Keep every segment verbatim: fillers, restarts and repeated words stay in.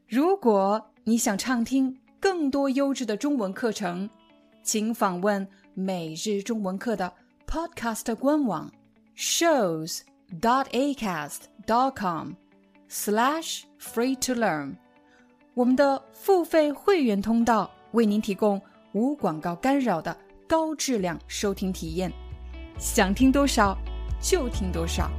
如果你想畅听更多优质的中文课程，请访问每日中文课的 Podcast 官网 shows dot acast dot com slash free to learn。 我们的付费会员通道为您提供无广告干扰的高质量收听体验，想听多少就听多少。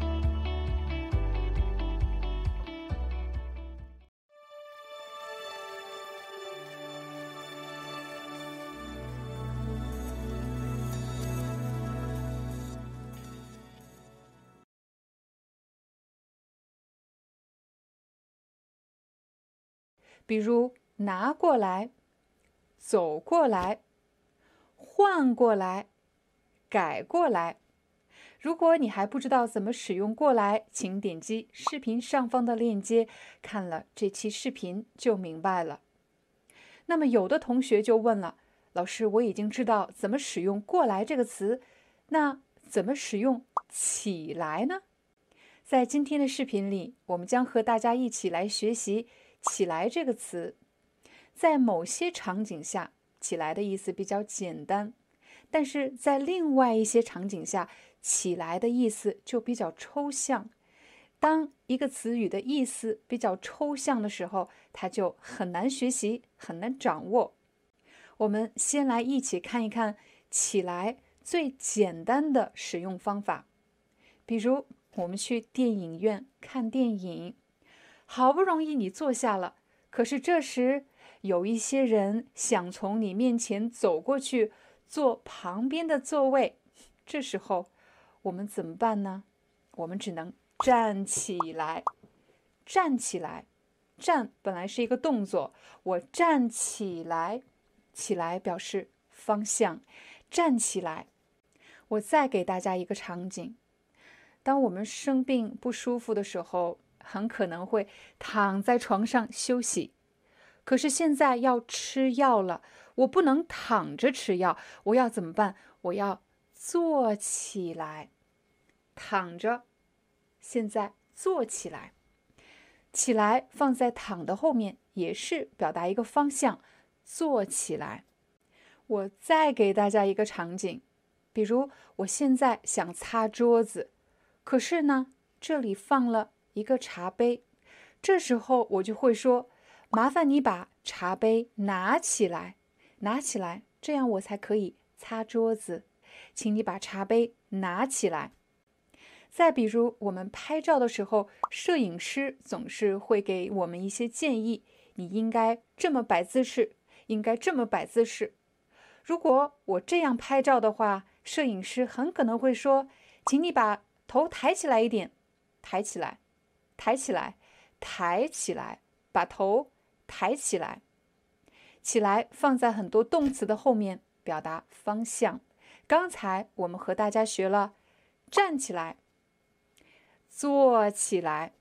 比如拿过来、走过来、换过来、改过来。如果你还不知道怎么使用过来，请点击视频上方的链接，看了这期视频就明白了。那么有的同学就问了，老师，我已经知道怎么使用过来这个词，那怎么使用起来呢？在今天的视频里，我们将和大家一起来学习起来这个词。在某些场景下，起来的意思比较简单，但是在另外一些场景下，起来的意思就比较抽象。当一个词语的意思比较抽象的时候，它就很难学习，很难掌握。我们先来一起看一看起来最简单的使用方法。比如我们去电影院看电影，好不容易你坐下了，可是这时有一些人想从你面前走过去坐旁边的座位，这时候我们怎么办呢？我们只能站起来。站起来，站本来是一个动作，我站起来，起来表示方向，站起来。我再给大家一个场景，当我们生病不舒服的时候，很可能会躺在床上休息。可是现在要吃药了，我不能躺着吃药，我要怎么办？我要坐起来。躺着，现在坐起来。起来放在躺的后面，也是表达一个方向，坐起来。我再给大家一个场景，比如我现在想擦桌子，可是呢，这里放了一个茶杯，这时候我就会说，麻烦你把茶杯拿起来，拿起来，这样我才可以擦桌子。请你把茶杯拿起来。再比如我们拍照的时候，摄影师总是会给我们一些建议，你应该这么摆姿势，应该这么摆姿势。如果我这样拍照的话，摄影师很可能会说，请你把头抬起来一点，抬起来，抬起来，抬起来，把头抬起来。起来放在很多动词的后面，表达方向。刚才我们和大家学了站起来、坐起来、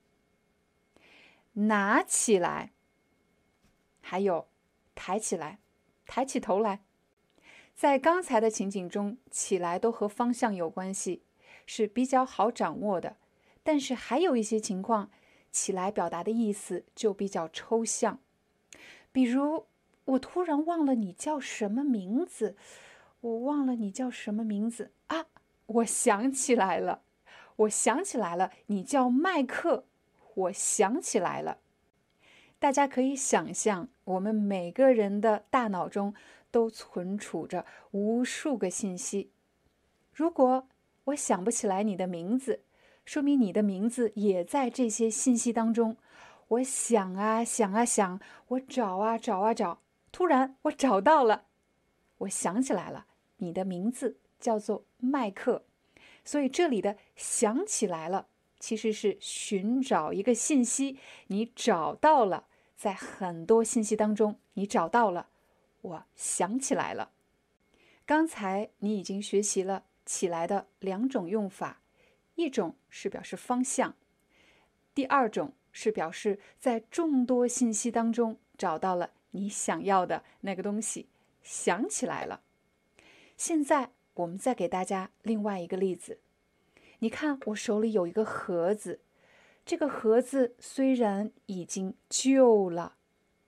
拿起来，还有抬起来，抬起头来。在刚才的情景中，起来都和方向有关系，是比较好掌握的。但是还有一些情况，起来表达的意思就比较抽象。比如我突然忘了你叫什么名字，我忘了你叫什么名字啊！我想起来了，我想起来了，你叫麦克，我想起来了。大家可以想象，我们每个人的大脑中都存储着无数个信息。如果我想不起来你的名字，说明你的名字也在这些信息当中。我想啊想啊想，我找啊找啊找，突然我找到了，我想起来了，你的名字叫做麦克。所以这里的想起来了，其实是寻找一个信息，你找到了，在很多信息当中你找到了，我想起来了。刚才你已经学习了起来的两种用法，一种是表示方向，第二种是表示在众多信息当中找到了你想要的那个东西，想起来了。现在我们再给大家另外一个例子。你看我手里有一个盒子，这个盒子虽然已经旧了，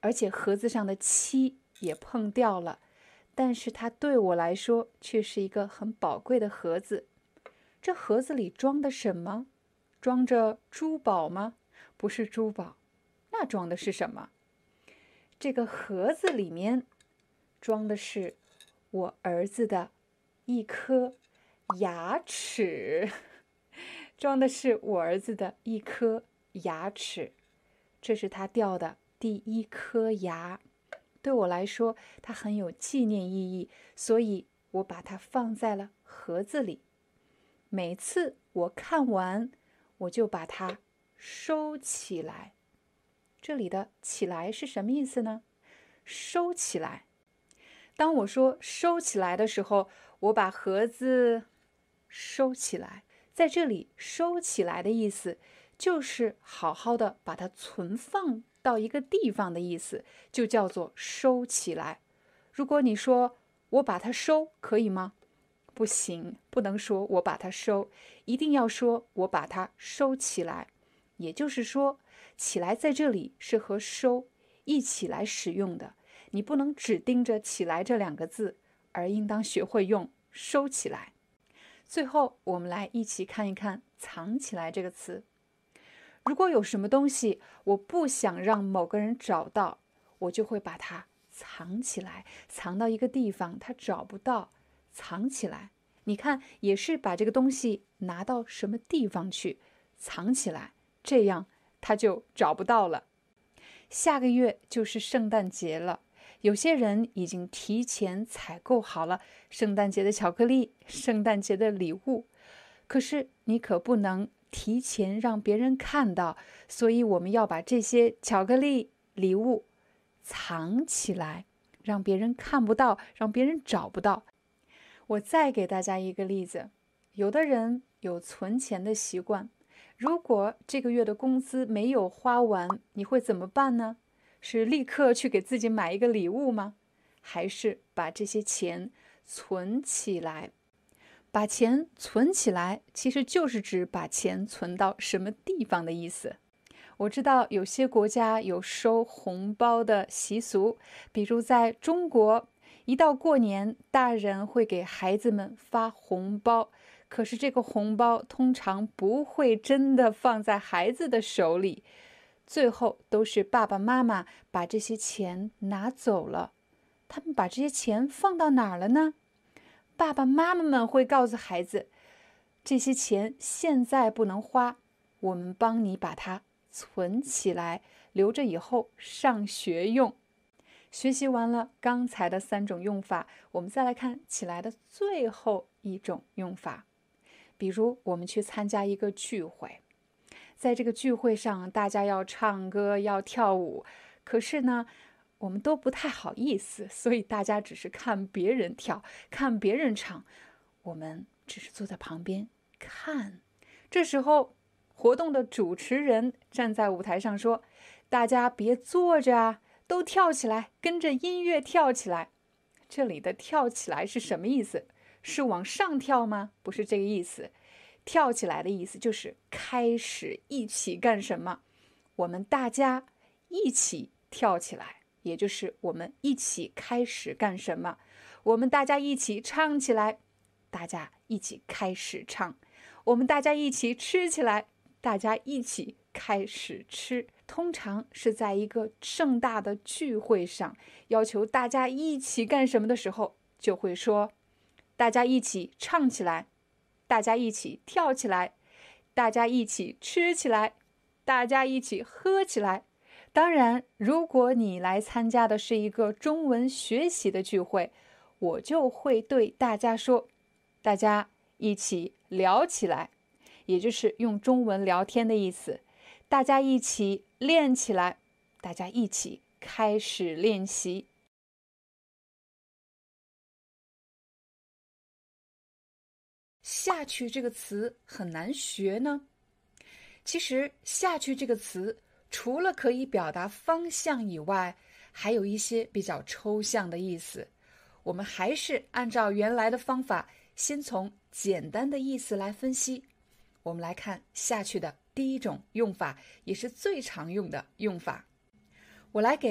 而且盒子上的漆也碰掉了，但是它对我来说却是一个很宝贵的盒子。这盒子里装的什么？装着珠宝吗？不是珠宝，那装的是什么？这个盒子里面装的是我儿子的一颗牙齿，装的是我儿子的一颗牙齿。这是他掉的第一颗牙，对我来说，它很有纪念意义，所以我把它放在了盒子里。每次我看完，我就把它收起来。这里的起来是什么意思呢？收起来。当我说收起来的时候，我把盒子收起来。在这里收起来的意思就是好好的把它存放到一个地方的意思，就叫做收起来。如果你说我把它收，可以吗？不行，不能说我把它收，一定要说我把它收起来。也就是说，起来在这里是和收一起来使用的，你不能只盯着起来这两个字，而应当学会用收起来。最后我们来一起看一看藏起来这个词。如果有什么东西我不想让某个人找到，我就会把它藏起来，藏到一个地方他找不到，藏起来。你看，也是把这个东西拿到什么地方去藏起来，这样他就找不到了。下个月就是圣诞节了，有些人已经提前采购好了圣诞节的巧克力、圣诞节的礼物，可是你可不能提前让别人看到，所以我们要把这些巧克力、礼物藏起来，让别人看不到，让别人找不到。我再给大家一个例子，有的人有存钱的习惯，如果这个月的工资没有花完，你会怎么办呢？是立刻去给自己买一个礼物吗？还是把这些钱存起来？把钱存起来，其实就是指把钱存到什么地方的意思。我知道有些国家有收红包的习俗，比如在中国，一到过年，大人会给孩子们发红包，可是这个红包通常不会真的放在孩子的手里，最后都是爸爸妈妈把这些钱拿走了。他们把这些钱放到哪儿了呢？爸爸妈妈们会告诉孩子，这些钱现在不能花，我们帮你把它存起来，留着以后上学用。学习完了刚才的三种用法，我们再来看起来的最后一种用法。比如我们去参加一个聚会，在这个聚会上大家要唱歌要跳舞，可是呢我们都不太好意思，所以大家只是看别人跳，看别人唱，我们只是坐在旁边看。这时候活动的主持人站在舞台上说，大家别坐着啊，都跳起来，跟着音乐跳起来。这里的跳起来是什么意思？是往上跳吗？不是这个意思。跳起来的意思就是开始一起干什么，我们大家一起跳起来，也就是我们一起开始干什么，我们大家一起唱起来，大家一起开始唱，我们大家一起吃起来，大家一起开始吃。通常是在一个盛大的聚会上，要求大家一起干什么的时候，就会说大家一起唱起来，大家一起跳起来，大家一起吃起来，大家一起喝起来。当然，如果你来参加的是一个中文学习的聚会，我就会对大家说，大家一起聊起来，也就是用中文聊天的意思。大家一起练起来，大家一起开始练习。下去这个词很难学呢。其实下去这个词除了可以表达方向以外，还有一些比较抽象的意思。我们还是按照原来的方法，先从简单的意思来分析。我们来看下去的第一种用法，也是最常用的用法。我来给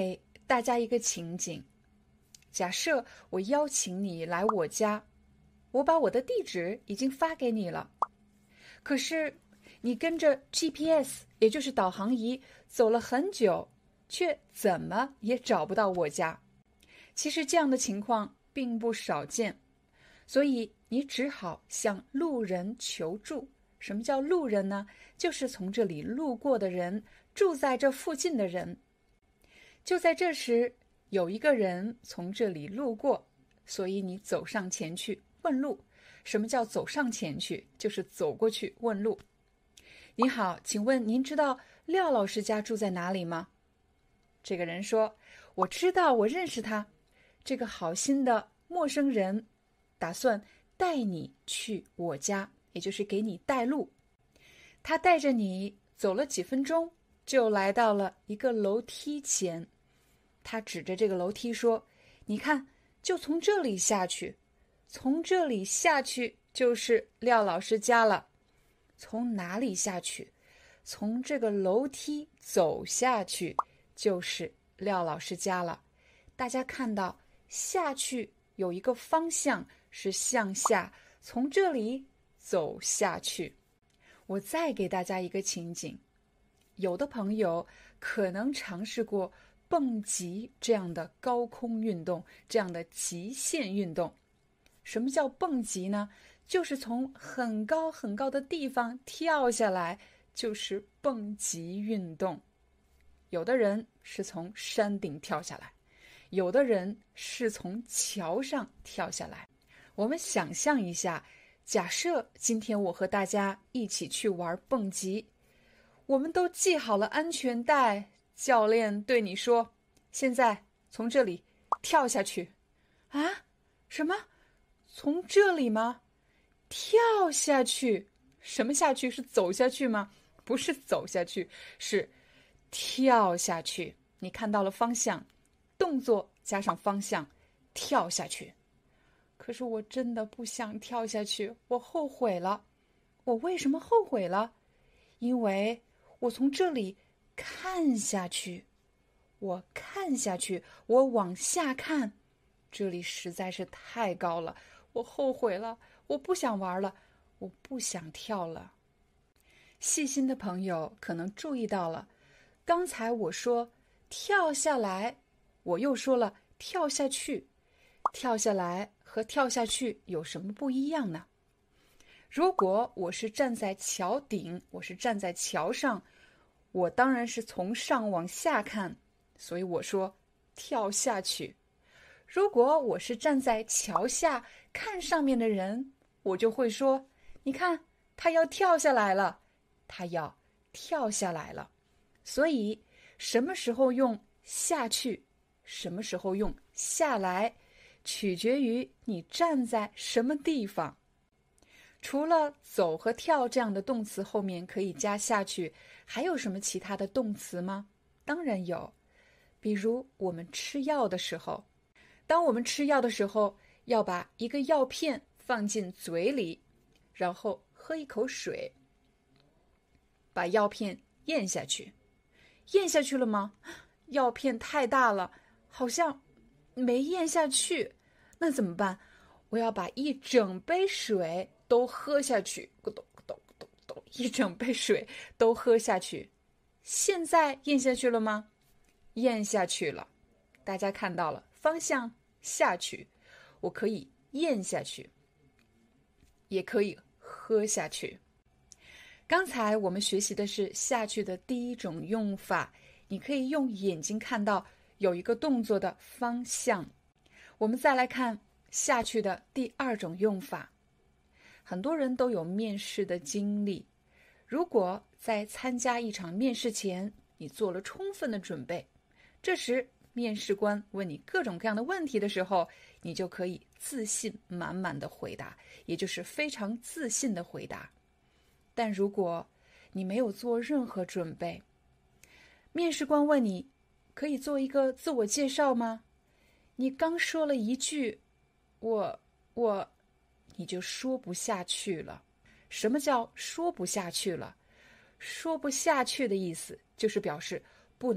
大家一个情景，假设我邀请你来我家，我把我的地址已经发给你了，可是你跟着 G P S， 也就是导航仪走了很久，却怎么也找不到我家。其实这样的情况并不少见，所以你只好向路人求助。什么叫路人呢？就是从这里路过的人，住在这附近的人。就在这时，有一个人从这里路过，所以你走上前去问路。什么叫走上前去？就是走过去问路。你好，请问您知道廖老师家住在哪里吗？这个人说，我知道，我认识他。这个好心的陌生人打算带你去我家，也就是给你带路。他带着你走了几分钟，就来到了一个楼梯前。他指着这个楼梯说，你看，就从这里下去，从这里下去就是廖老师家了。从哪里下去？从这个楼梯走下去就是廖老师家了。大家看到下去有一个方向是向下，从这里走下去。我再给大家一个情景，有的朋友可能尝试过蹦极这样的高空运动，这样的极限运动。什么叫蹦极呢？就是从很高很高的地方跳下来，就是蹦极运动。有的人是从山顶跳下来，有的人是从桥上跳下来。我们想象一下，假设今天我和大家一起去玩蹦极，我们都系好了安全带，教练对你说，现在从这里跳下去。啊？什么？从这里吗？跳下去？什么下去？是走下去吗？不是走下去，是跳下去。你看到了方向，动作加上方向，跳下去。可是我真的不想跳下去，我后悔了。我为什么后悔了？因为我从这里看下去，我看下去，我往下看，这里实在是太高了，我后悔了，我不想玩了，我不想跳了。细心的朋友可能注意到了，刚才我说跳下来，我又说了跳下去。跳下来和跳下去有什么不一样呢？如果我是站在桥顶，我是站在桥上，我当然是从上往下看，所以我说跳下去。如果我是站在桥下看上面的人，我就会说，你看，他要跳下来了，他要跳下来了。所以什么时候用下去，什么时候用下来，取决于你站在什么地方。除了走和跳这样的动词后面可以加下去，还有什么其他的动词吗？当然有，比如我们吃药的时候，当我们吃药的时候，要把一个药片放进嘴里，然后喝一口水，把药片咽下去。咽下去了吗？药片太大了，好像没咽下去。那怎么办？我要把一整杯水都喝下去，咕咚咕咚咕咚咕咚，一整杯水都喝下去。现在咽下去了吗？咽下去了。大家看到了，方向下去，我可以咽下去，也可以喝下去。刚才我们学习的是下去的第一种用法，你可以用眼睛看到有一个动作的方向。我们再来看下去的第二种用法。很多人都有面试的经历，如果在参加一场面试前，你做了充分的准备，这时面试官问你各种各样的问题的时候，你就可以自信满满的回答，也就是非常自信的回答。但如果你没有做任何准备，面试官问你，可以做一个自我介绍吗？你刚说了一句，我我，你就说不下去了。什么叫说不下去了？说不下去的意思就是表示不能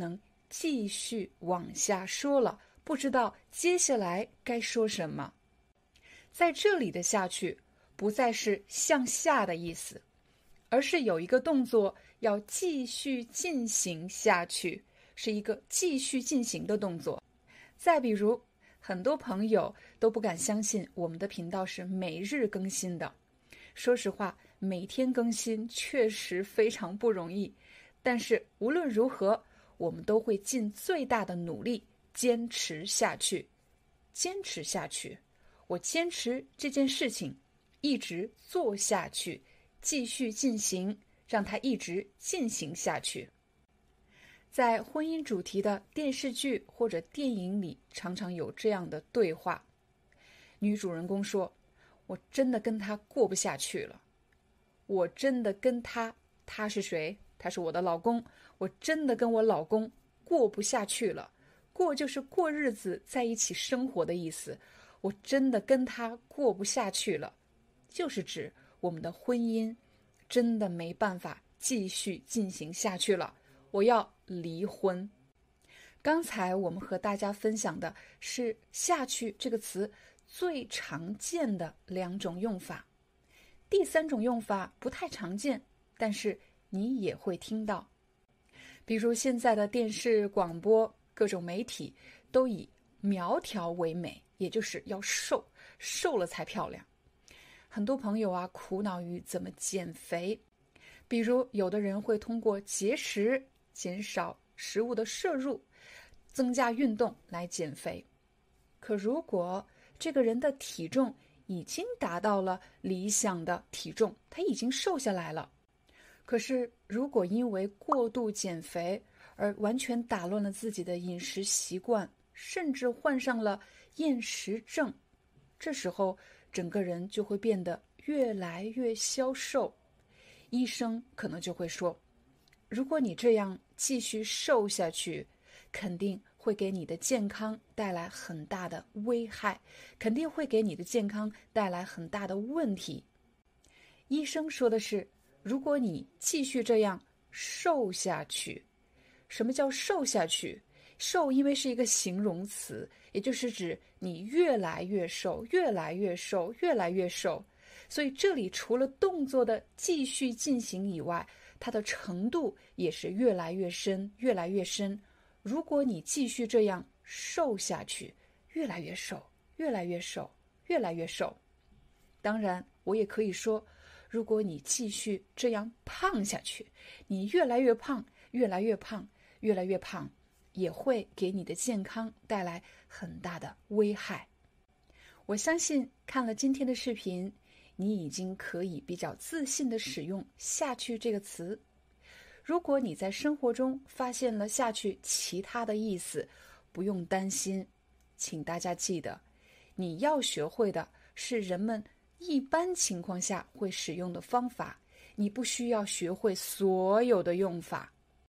继续往下说了，不知道接下来该说什么。在这里的下去不再是向下的意思，而是有一个动作要继续进行下去，是一个继续进行的动作。再比如，很多朋友都不敢相信我们的频道是每日更新的。说实话，每天更新确实非常不容易，但是无论如何，我们都会尽最大的努力坚持下去。坚持下去，我坚持这件事情，一直做下去，继续进行，让它一直进行下去。在婚姻主题的电视剧或者电影里，常常有这样的对话。女主人公说，我真的跟他过不下去了。我真的跟他，他是谁？他是我的老公。我真的跟我老公过不下去了。过就是过日子，在一起生活的意思。我真的跟他过不下去了，就是指我们的婚姻真的没办法继续进行下去了，我要离婚。刚才我们和大家分享的是下去这个词最常见的两种用法。第三种用法不太常见，但是你也会听到。比如现在的电视、广播、各种媒体都以苗条为美，也就是要瘦，瘦了才漂亮。很多朋友啊，苦恼于怎么减肥。比如有的人会通过节食、减少食物的摄入、增加运动来减肥。可如果这个人的体重已经达到了理想的体重，他已经瘦下来了，可是如果因为过度减肥而完全打乱了自己的饮食习惯，甚至患上了厌食症，这时候整个人就会变得越来越消瘦。医生可能就会说，如果你这样继续瘦下去，肯定会给你的健康带来很大的危害，肯定会给你的健康带来很大的问题。医生说的是，如果你继续这样瘦下去。什么叫瘦下去？瘦因为是一个形容词，也就是指你越来越瘦，越来越瘦，越来越瘦。所以这里除了动作的继续进行以外，它的程度也是越来越深，越来越深。如果你继续这样瘦下去，越来越瘦，越来越瘦，越来越瘦。当然，我也可以说，如果你继续这样胖下去，你越来越胖，越来越胖，越来越胖，也会给你的健康带来很大的危害。我相信看了今天的视频，你已经可以比较自信地使用下去这个词。如果你在生活中发现了下去其他的意思，不用担心，请大家记得，你要学会的是人们一般情况下会使用的方法，你不需要学会所有的用法。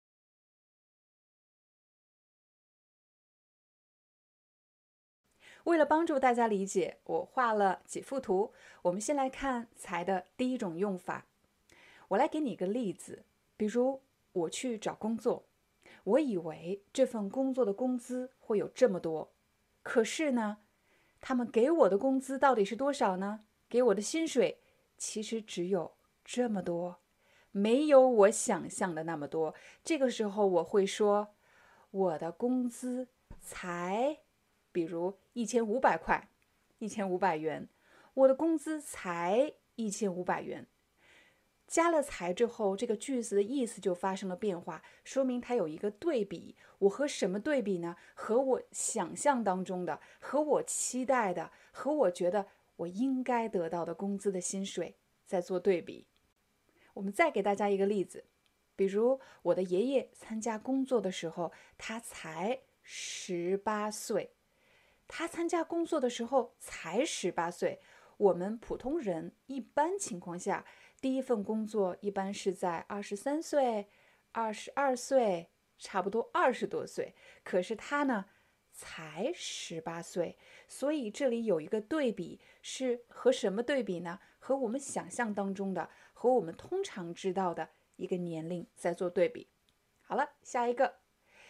为了帮助大家理解，我画了几幅图。我们先来看才的第一种用法。我来给你一个例子，比如我去找工作，我以为这份工作的工资会有这么多，可是呢，他们给我的工资到底是多少呢？给我的薪水其实只有这么多，没有我想象的那么多。这个时候我会说，我的工资才，比如一千五百块，一千五百元，我的工资才一千五百元。加了才之后，这个句子的意思就发生了变化，说明它有一个对比。我和什么对比呢？和我想象当中的，和我期待的，和我觉得我应该得到的工资的薪水在做对比。我们再给大家一个例子，比如我的爷爷参加工作的时候，他才十八岁。他参加工作的时候才十八岁。我们普通人一般情况下，第一份工作一般是在二十三岁、二十二岁，差不多二十多岁。可是他呢，才十八岁。所以这里有一个对比，是和什么对比呢？和我们想象当中的，和我们通常知道的一个年龄在做对比。好了，下一个。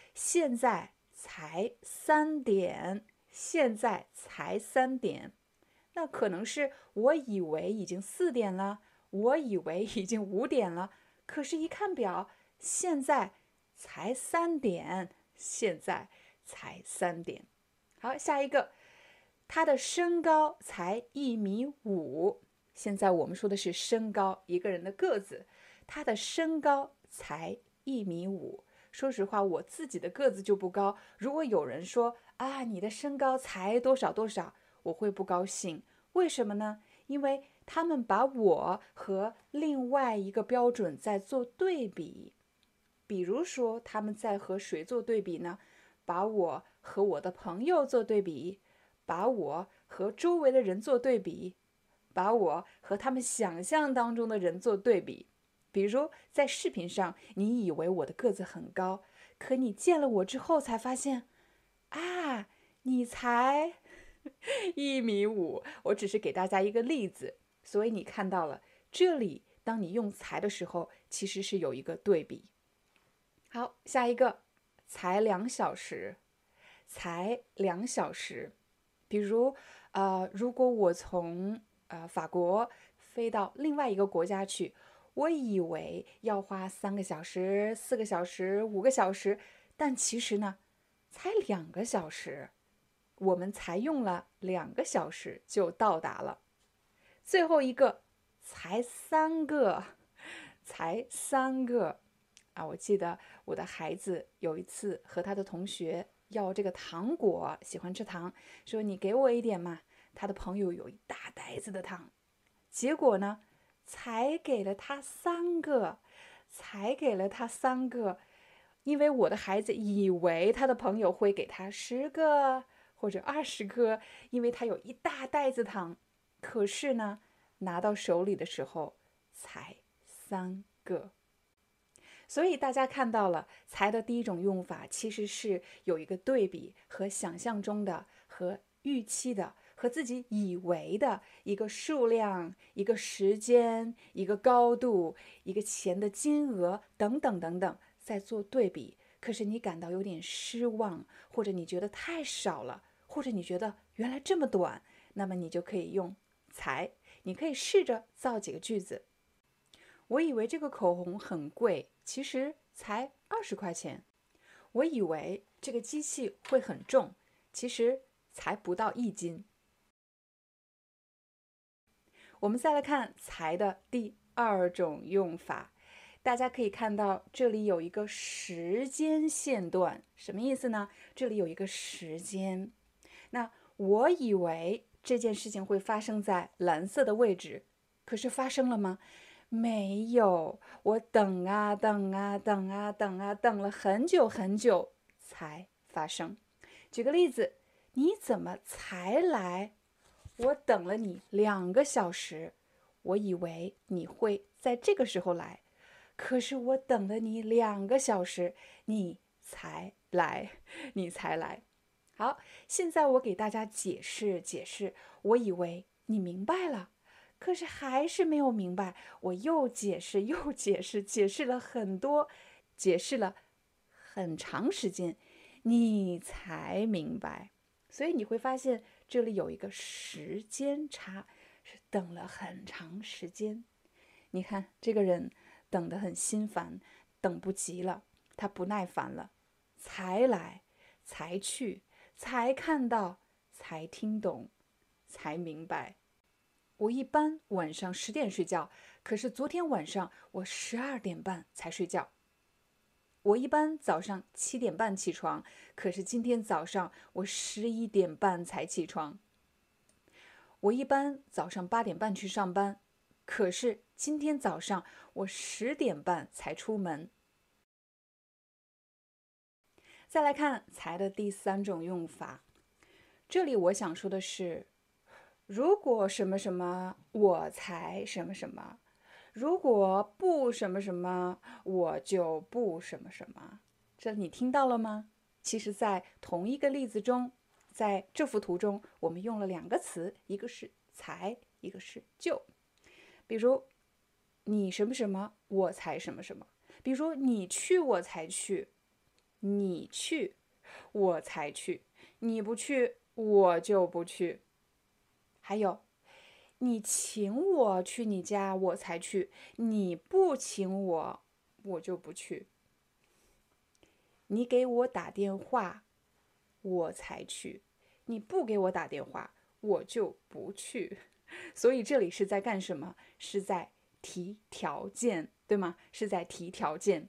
现在才三点，现在才三点。那可能是我以为已经四点了，我以为已经五点了，可是一看表，现在才三点，现在才三点。好，下一个，他的身高才一米五。现在我们说的是身高，一个人的个子，他的身高才一米五。说实话，我自己的个子就不高，如果有人说啊，你的身高才多少多少，我会不高兴。为什么呢？因为他们把我和另外一个标准在做对比。比如说，他们在和谁做对比呢？把我和我的朋友做对比，把我和周围的人做对比，把我和他们想象当中的人做对比。比如在视频上，你以为我的个子很高，可你见了我之后才发现，啊，你才一米五。我只是给大家一个例子，所以你看到了，这里当你用才的时候，其实是有一个对比。好，下一个，才两小时，才两小时。比如，呃，如果我从呃法国飞到另外一个国家去，我以为要花三个小时、四个小时、五个小时，但其实呢，才两个小时。我们才用了两个小时就到达了。最后一个，才三个，才三个啊！我记得我的孩子有一次和他的同学要这个糖果，喜欢吃糖，说你给我一点嘛。他的朋友有一大袋子的糖，结果呢，才给了他三个，才给了他三个，因为我的孩子以为他的朋友会给他十个或者二十个，因为他有一大袋子糖，可是呢，拿到手里的时候才三个。所以大家看到了，才的第一种用法其实是有一个对比，和想象中的、和预期的、和自己以为的一个数量、一个时间、一个高度、一个钱的金额等等等等，在做对比。可是你感到有点失望，或者你觉得太少了，或者你觉得原来这么短，那么你就可以用才。你可以试着造几个句子。我以为这个口红很贵，其实才二十块钱。我以为这个机器会很重，其实才不到一斤。我们再来看才的第二种用法，大家可以看到这里有一个时间线段，什么意思呢？这里有一个时间。那我以为这件事情会发生在蓝色的位置，可是发生了吗？没有，我等啊等啊等啊等啊等了很久很久才发生。举个例子，你怎么才来？我等了你两个小时，我以为你会在这个时候来，可是我等了你两个小时，你才来，你才来。好，现在我给大家解释解释，我以为你明白了。可是还是没有明白，我又解释又解释，解释了很多，解释了很长时间，你才明白。所以你会发现这里有一个时间差，是等了很长时间。你看这个人等得很心烦，等不及了，他不耐烦了，才来，才去，才看到，才听懂，才明白。我一般晚上十点睡觉，可是昨天晚上我十二点半才睡觉。我一般早上七点半起床，可是今天早上我十一点半才起床。我一般早上八点半去上班，可是今天早上我十点半才出门。再来看才的第三种用法，这里我想说的是，如果什么什么，我才什么什么；如果不什么什么，我就不什么什么。这你听到了吗？其实在同一个例子中，在这幅图中，我们用了两个词，一个是才，一个是就。比如你什么什么，我才什么什么；比如你去，我才去。 你去，我才去；你不去，我就不去。还有，你请我去你家，我才去；你不请我，我就不去。你给我打电话，我才去；你不给我打电话，我就不去。所以这里是在干什么？是在提条件，对吗？是在提条件。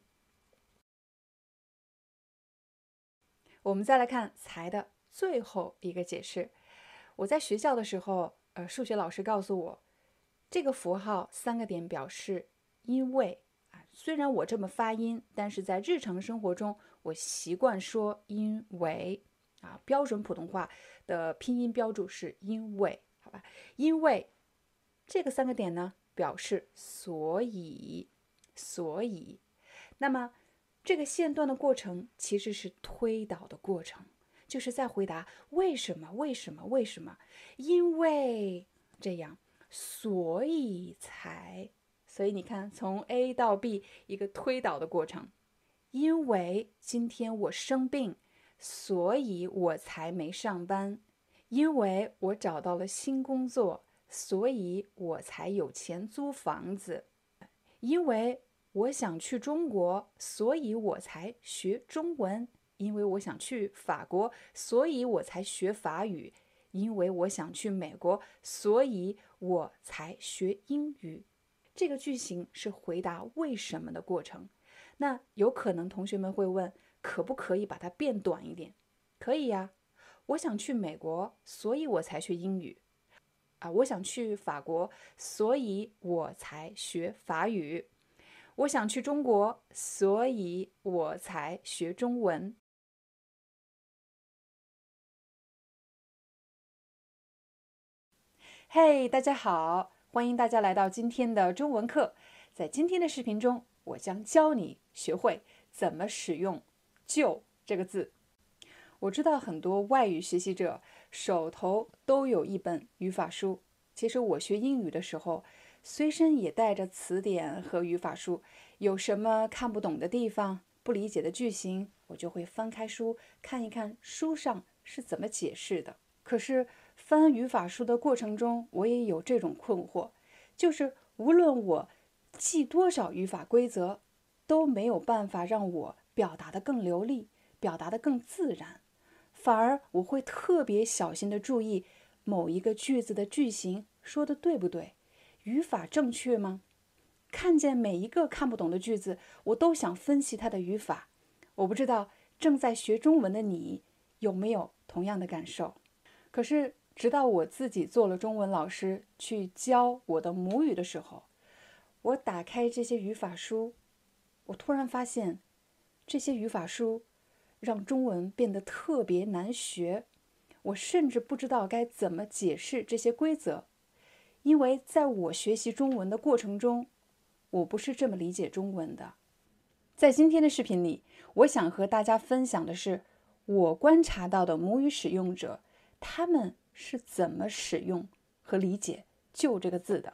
我们再来看才的最后一个解释。我在学校的时候，呃，数学老师告诉我，这个符号三个点表示因为啊，虽然我这么发音，但是在日常生活中，我习惯说因为啊，标准普通话的拼音标注是因为，好吧？因为这个三个点呢，表示所以，所以，那么这个线段的过程其实是推导的过程，就是在回答为什么，为什么，为什么，因为这样，所以才，所以你看，从 A 到 B 一个推导的过程。因为今天我生病，所以我才没上班。因为我找到了新工作，所以我才有钱租房子。因为我想去中国，所以我才学中文。因为我想去法国，所以我才学法语。因为我想去美国，所以我才学英语。这个句型是回答为什么的过程。那有可能同学们会问，可不可以把它变短一点？可以呀。我想去美国，所以我才学英语。啊，我想去法国，所以我才学法语。我想去中国，所以我才学中文。嘿，大家好，欢迎大家来到今天的中文课。在今天的视频中，我将教你学会怎么使用“就”这个字。我知道很多外语学习者手头都有一本语法书。其实我学英语的时候，随身也带着词典和语法书。有什么看不懂的地方、不理解的句型，我就会翻开书看一看书上是怎么解释的。可是翻语法书的过程中，我也有这种困惑，就是无论我记多少语法规则，都没有办法让我表达得更流利，表达得更自然。反而我会特别小心地注意某一个句子的句型说的对不对，语法正确吗？看见每一个看不懂的句子，我都想分析它的语法。我不知道正在学中文的你有没有同样的感受？可是直到我自己做了中文老师，去教我的母语的时候，我打开这些语法书，我突然发现这些语法书让中文变得特别难学。我甚至不知道该怎么解释这些规则，因为在我学习中文的过程中，我不是这么理解中文的。在今天的视频里，我想和大家分享的是我观察到的母语使用者，他们是怎么使用和理解“就”这个字的。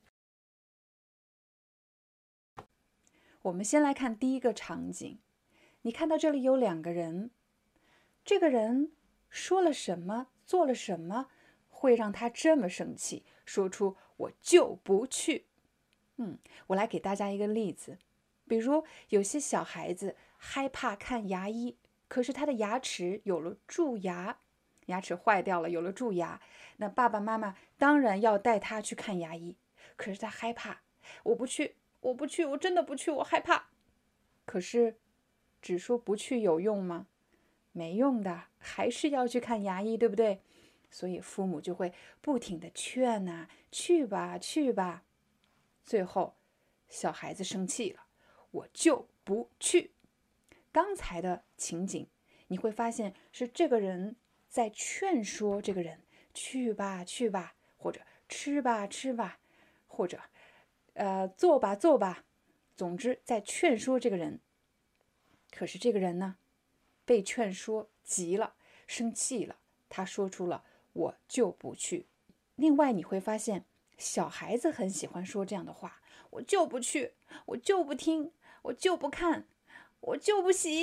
我们先来看第一个场景，你看到这里有两个人，这个人说了什么，做了什么，会让他这么生气，说出我就不去。嗯，我来给大家一个例子，比如有些小孩子害怕看牙医，可是他的牙齿有了蛀牙，牙齿坏掉了，有了蛀牙，那爸爸妈妈当然要带他去看牙医，可是他害怕，我不去，我不去，我真的不去，我害怕。可是只说不去有用吗？没用的，还是要去看牙医，对不对？所以父母就会不停地劝呐，去吧，去吧。最后，小孩子生气了，我就不去。刚才的情景，你会发现是这个人在劝说这个人去吧，去吧，或者吃吧，吃吧，或者呃做吧，做吧。总之，在劝说这个人。可是这个人呢，被劝说急了，生气了，他说出了我就不去。另外你会发现，小孩子很喜欢说这样的话，我就不去，我就不听，我就不看，我就不洗。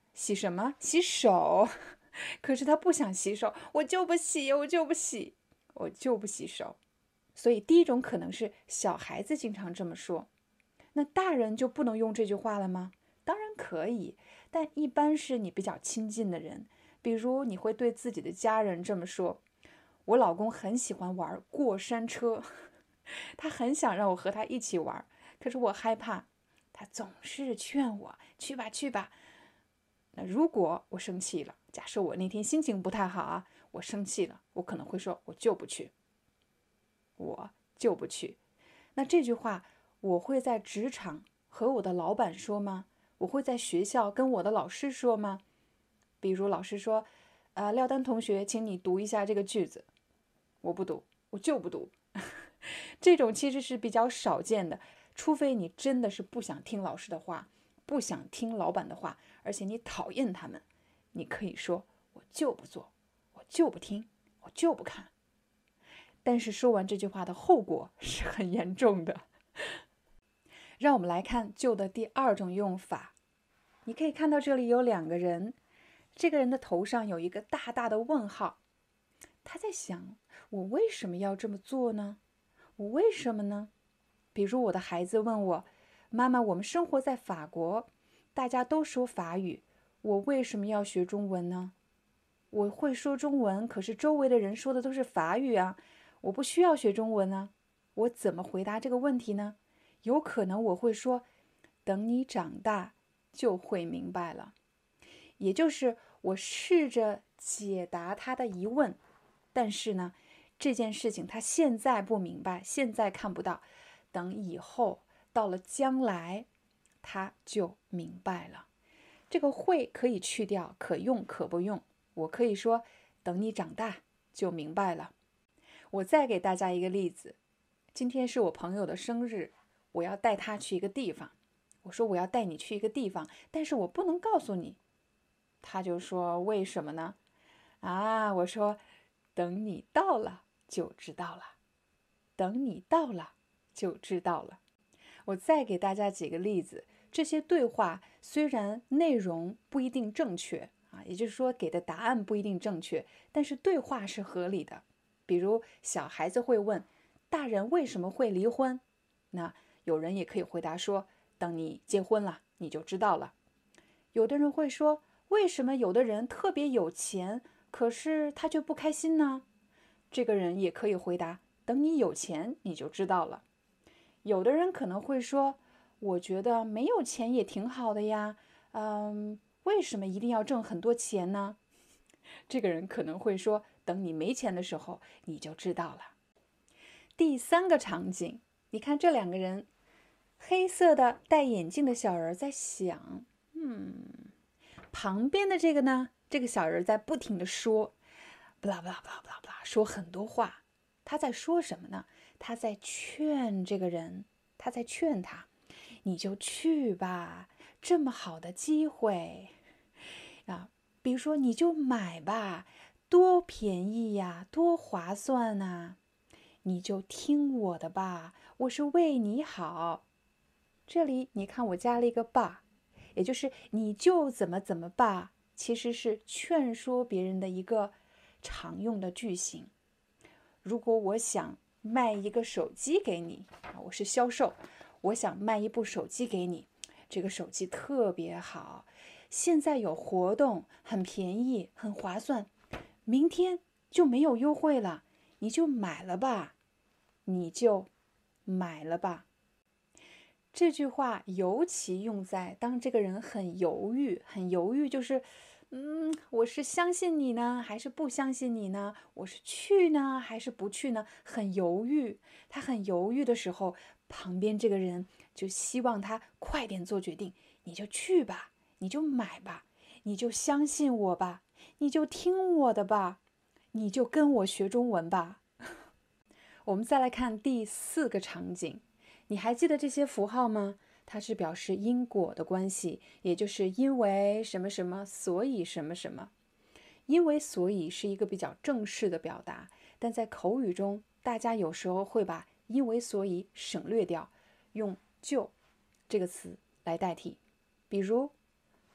洗什么？洗手。可是他不想洗手，我就不洗，我就不洗，我就不洗手。所以第一种可能是小孩子经常这么说，那大人就不能用这句话了吗？当然可以，但一般是你比较亲近的人，比如你会对自己的家人这么说：我老公很喜欢玩过山车，他很想让我和他一起玩，可是我害怕，他总是劝我去吧去吧。那如果我生气了，假设我那天心情不太好啊，我生气了，我可能会说我就不去，我就不去。那这句话我会在职场和我的老板说吗？我会在学校跟我的老师说吗？比如老师说，呃，廖丹同学，请你读一下这个句子，我不读，我就不读。这种其实是比较少见的，除非你真的是不想听老师的话，不想听老板的话，而且你讨厌他们，你可以说我就不做，我就不听，我就不看。但是说完这句话的后果是很严重的。让我们来看就的第二种用法。你可以看到这里有两个人，这个人的头上有一个大大的问号，他在想，我为什么要这么做呢？我为什么呢？比如我的孩子问我，妈妈，我们生活在法国，大家都说法语，我为什么要学中文呢？我会说中文，可是周围的人说的都是法语啊，我不需要学中文啊，我怎么回答这个问题呢？有可能我会说，等你长大就会明白了。也就是我试着解答他的疑问，但是呢，这件事情他现在不明白，现在看不到，等以后到了将来，他就明白了。这个会可以去掉，可用可不用。我可以说，等你长大就明白了。我再给大家一个例子，今天是我朋友的生日，我要带他去一个地方。我说我要带你去一个地方，但是我不能告诉你。他就说为什么呢？啊，我说等你到了就知道了，等你到了就知道了。我再给大家几个例子，这些对话虽然内容不一定正确啊，也就是说给的答案不一定正确，但是对话是合理的。比如小孩子会问，大人为什么会离婚？那有人也可以回答说，等你结婚了你就知道了。有的人会说，为什么有的人特别有钱，可是他却不开心呢？这个人也可以回答，等你有钱你就知道了。有的人可能会说，我觉得没有钱也挺好的呀，嗯，为什么一定要挣很多钱呢？这个人可能会说，等你没钱的时候你就知道了。第三个场景，你看这两个人，黑色的戴眼镜的小人在想，嗯，旁边的这个呢，这个小人在不停的说，不啦不啦不啦不啦不啦，说很多话。他在说什么呢？他在劝这个人，他在劝他，你就去吧，这么好的机会啊，比如说你就买吧，多便宜呀，多划算呐，你就听我的吧，我是为你好。这里你看我加了一个吧，也就是你就怎么怎么吧，其实是劝说别人的一个常用的句型。如果我想卖一个手机给你，我是销售，我想卖一部手机给你，这个手机特别好，现在有活动，很便宜，很划算，明天就没有优惠了，你就买了吧，你就买了吧。这句话尤其用在当这个人很犹豫，很犹豫，就是嗯，我是相信你呢，还是不相信你呢？我是去呢，还是不去呢？很犹豫，他很犹豫的时候，旁边这个人就希望他快点做决定。你就去吧，你就买吧，你就相信我吧，你就听我的吧，你就跟我学中文吧。我们再来看第四个场景，你还记得这些符号吗？它是表示因果的关系，也就是因为什么什么，所以什么什么。因为所以是一个比较正式的表达，但在口语中，大家有时候会把因为所以省略掉，用就这个词来代替。比如，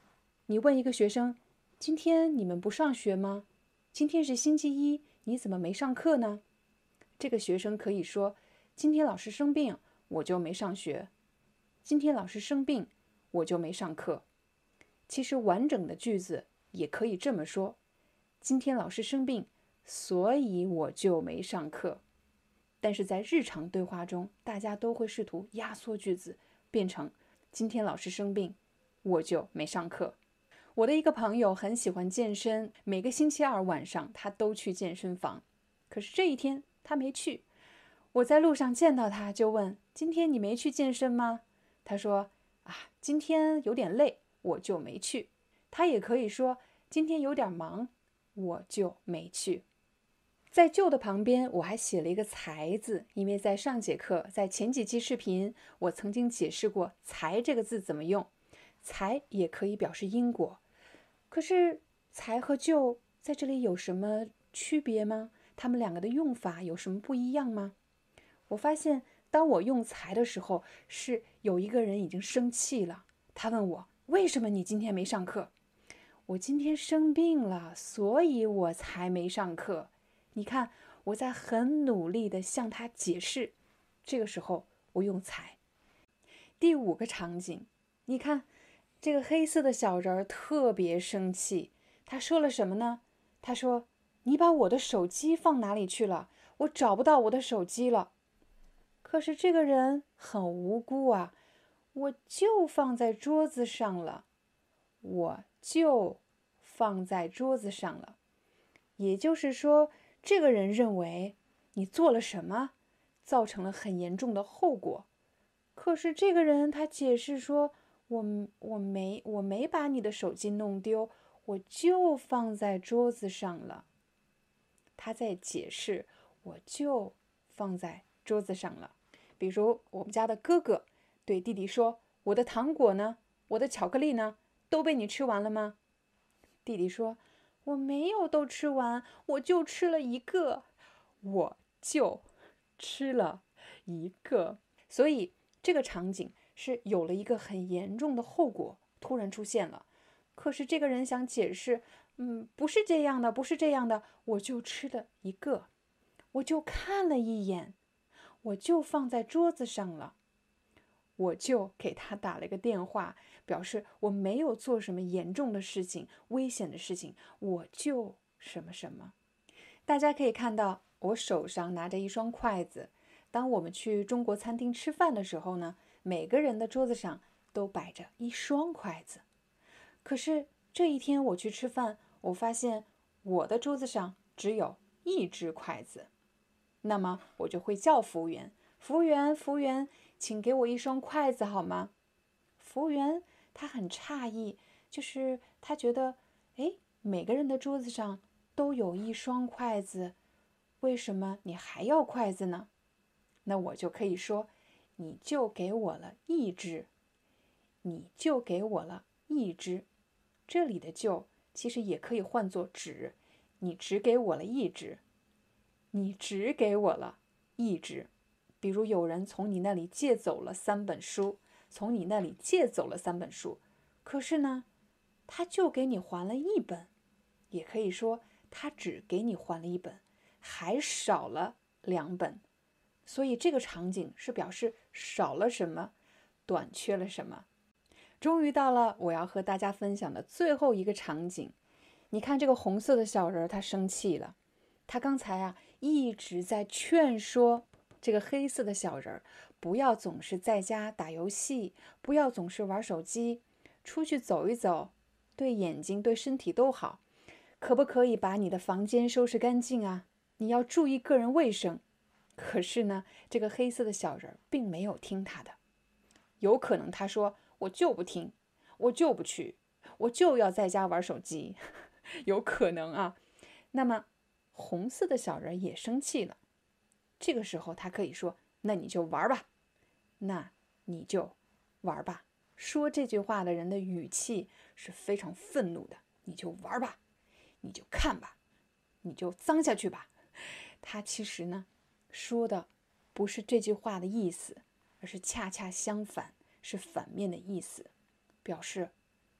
你问一个学生，今天你们不上学吗？今天是星期一，你怎么没上课呢？这个学生可以说，今天老师生病，我就没上学。今天老师生病，我就没上课。其实完整的句子也可以这么说，今天老师生病，所以我就没上课。但是在日常对话中，大家都会试图压缩句子，变成今天老师生病，我就没上课。我的一个朋友很喜欢健身，每个星期二晚上他都去健身房。可是这一天他没去。我在路上见到他，就问：今天你没去健身吗？他说：啊，今天有点累，我就没去。他也可以说：今天有点忙，我就没去。在就的旁边，我还写了一个才字，因为在上节课，在前几期视频，我曾经解释过才这个字怎么用。才也可以表示因果，可是才和就在这里有什么区别吗？他们两个的用法有什么不一样吗？我发现，当我用才的时候，是有一个人已经生气了。他问我：为什么你今天没上课？我今天生病了，所以我才没上课。你看，我在很努力地向他解释。这个时候，我用才。第五个场景，你看，这个黑色的小人特别生气。他说了什么呢？他说：你把我的手机放哪里去了？我找不到我的手机了。可是这个人很无辜啊，我就放在桌子上了，我就放在桌子上了。也就是说，这个人认为你做了什么，造成了很严重的后果。可是这个人他解释说，我我没我没把你的手机弄丢，我就放在桌子上了。他在解释，我就放在桌子上了。比如我们家的哥哥对弟弟说：我的糖果呢？我的巧克力呢？都被你吃完了吗？弟弟说：我没有都吃完，我就吃了一个，我就吃了一个。所以这个场景是有了一个很严重的后果突然出现了。可是这个人想解释，嗯，不是这样的，不是这样的，我就吃了一个，我就看了一眼，我就放在桌子上了，我就给他打了个电话，表示我没有做什么严重的事情、危险的事情，我就什么什么。大家可以看到，我手上拿着一双筷子。当我们去中国餐厅吃饭的时候呢，每个人的桌子上都摆着一双筷子。可是这一天我去吃饭，我发现我的桌子上只有一只筷子。那么我就会叫服务员：服务员，服务员，请给我一双筷子好吗？服务员他很诧异，就是他觉得，哎，每个人的桌子上都有一双筷子，为什么你还要筷子呢？那我就可以说，你就给我了一只，你就给我了一只。这里的就其实也可以换作只，你只给我了一只，你只给我了一只。比如有人从你那里借走了三本书，从你那里借走了三本书，可是呢，他就给你还了一本，也可以说他只给你还了一本，还少了两本。所以这个场景是表示少了什么，短缺了什么。终于到了我要和大家分享的最后一个场景。你看这个红色的小人，他生气了。他刚才啊一直在劝说这个黑色的小人，不要总是在家打游戏，不要总是玩手机，出去走一走，对眼睛对身体都好。可不可以把你的房间收拾干净啊？你要注意个人卫生。可是呢，这个黑色的小人并没有听他的。有可能他说，我就不听，我就不去，我就要在家玩手机。有可能啊。那么红色的小人也生气了。这个时候他可以说，那你就玩吧，那你就玩吧。说这句话的人的语气是非常愤怒的。你就玩吧，你就看吧，你就脏下去吧。他其实呢说的不是这句话的意思，而是恰恰相反，是反面的意思，表示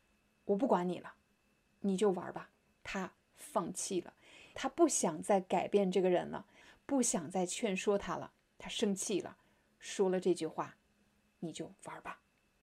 我不管你了，你就玩吧。他放弃了，他不想再改变这个人了，不想再劝说他了，他生气了，说了这句话，你就玩吧。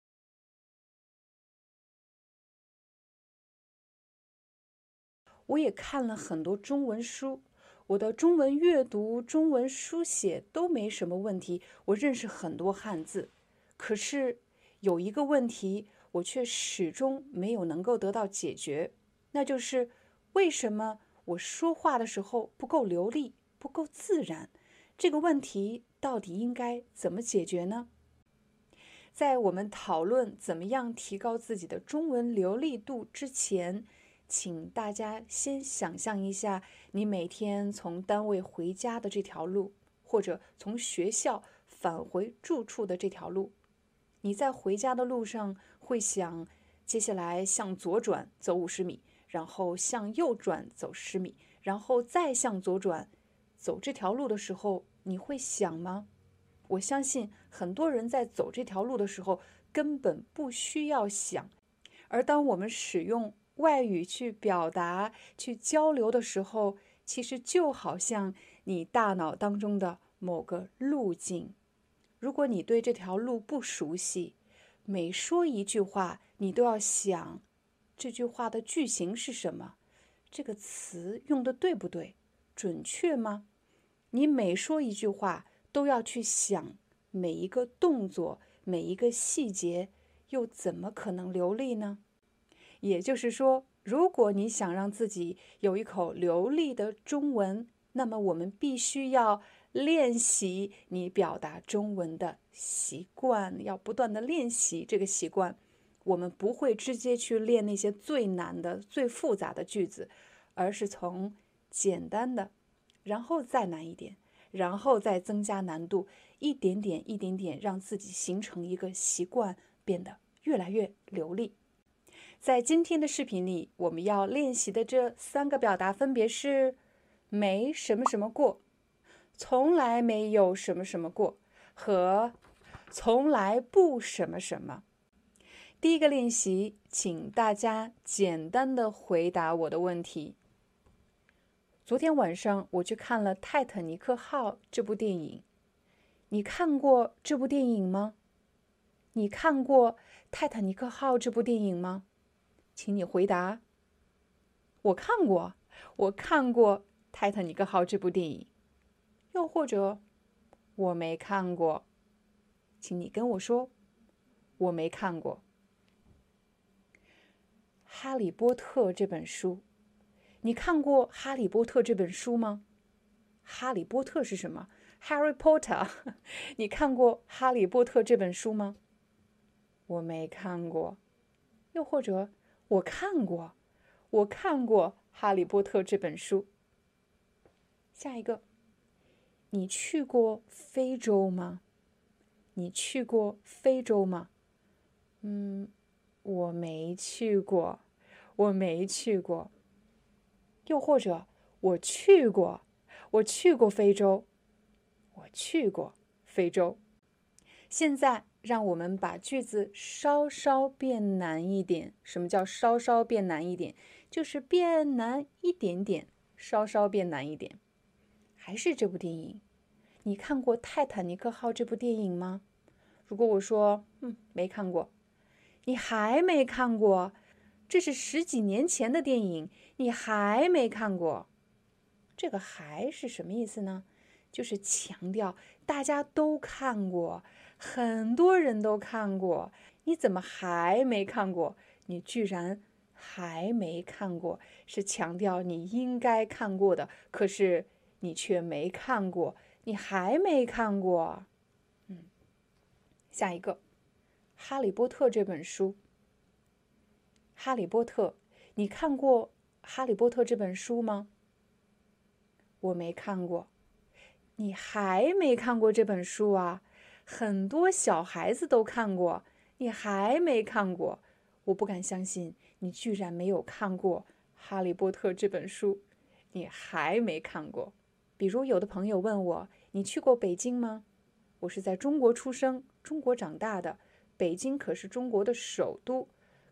我也看了很多中文书，我的中文阅读、中文书写都没什么问题，我认识很多汉字。可是有一个问题，我却始终没有能够得到解决，那就是为什么我说话的时候不够流利、不够自然？这个问题到底应该怎么解决呢？在我们讨论怎么样提高自己的中文流利度之前，请大家先想象一下，你每天从单位回家的这条路，或者从学校返回住处的这条路。你在回家的路上会想，接下来向左转走五十米，然后向右转走十米，然后再向左转走这条路的时候，你会想吗？我相信很多人在走这条路的时候根本不需要想，而当我们使用外语去表达、去交流的时候，其实就好像你大脑当中的某个路径。如果你对这条路不熟悉，每说一句话，你都要想这句话的句型是什么，这个词用的对不对，准确吗？你每说一句话，都要去想每一个动作、每一个细节，又怎么可能流利呢？也就是说，如果你想让自己有一口流利的中文，那么我们必须要练习你表达中文的习惯，要不断的练习这个习惯。我们不会直接去练那些最难的、最复杂的句子，而是从简单的，然后再难一点，然后再增加难度，一点点、一点点，让自己形成一个习惯，变得越来越流利。在今天的视频里，我们要练习的这三个表达分别是没什么什么过、从来没有什么什么过和从来不什么什么。第一个练习，请大家简单的回答我的问题。昨天晚上我去看了《泰坦尼克号》这部电影，你看过这部电影吗？你看过《泰坦尼克号》这部电影吗？请你回答。我看过，我看过《泰坦尼克号》这部电影。又或者，我没看过，请你跟我说，我没看过。《哈利波特》这本书，你看过《哈利波特》这本书吗？哈利波特是什么？ Harry Potter 你看过《哈利波特》这本书吗？我没看过。又或者，我看过，我看过《哈利波特》这本书。下一个，你去过非洲吗？你去过非洲吗？嗯，我没去过，我没去过。又或者，我去过，我去过非洲，我去过非洲。现在让我们把句子稍稍变难一点。什么叫稍稍变难一点？就是变难一点点，稍稍变难一点。还是这部电影，你看过《泰坦尼克号》这部电影吗？如果我说，嗯，没看过，你还没看过？这是十几年前的电影，你还没看过？这个还是什么意思呢？就是强调大家都看过，很多人都看过，你怎么还没看过？你居然还没看过，是强调你应该看过的，可是你却没看过，你还没看过。嗯，下一个，《哈利波特》这本书。哈利波特，你看过《哈利波特》这本书吗？我没看过。你还没看过这本书啊？很多小孩子都看过，你还没看过。我不敢相信你居然没有看过《哈利波特》这本书，你还没看过。比如有的朋友问我，你去过北京吗？我是在中国出生，中国长大的，北京可是中国的首都。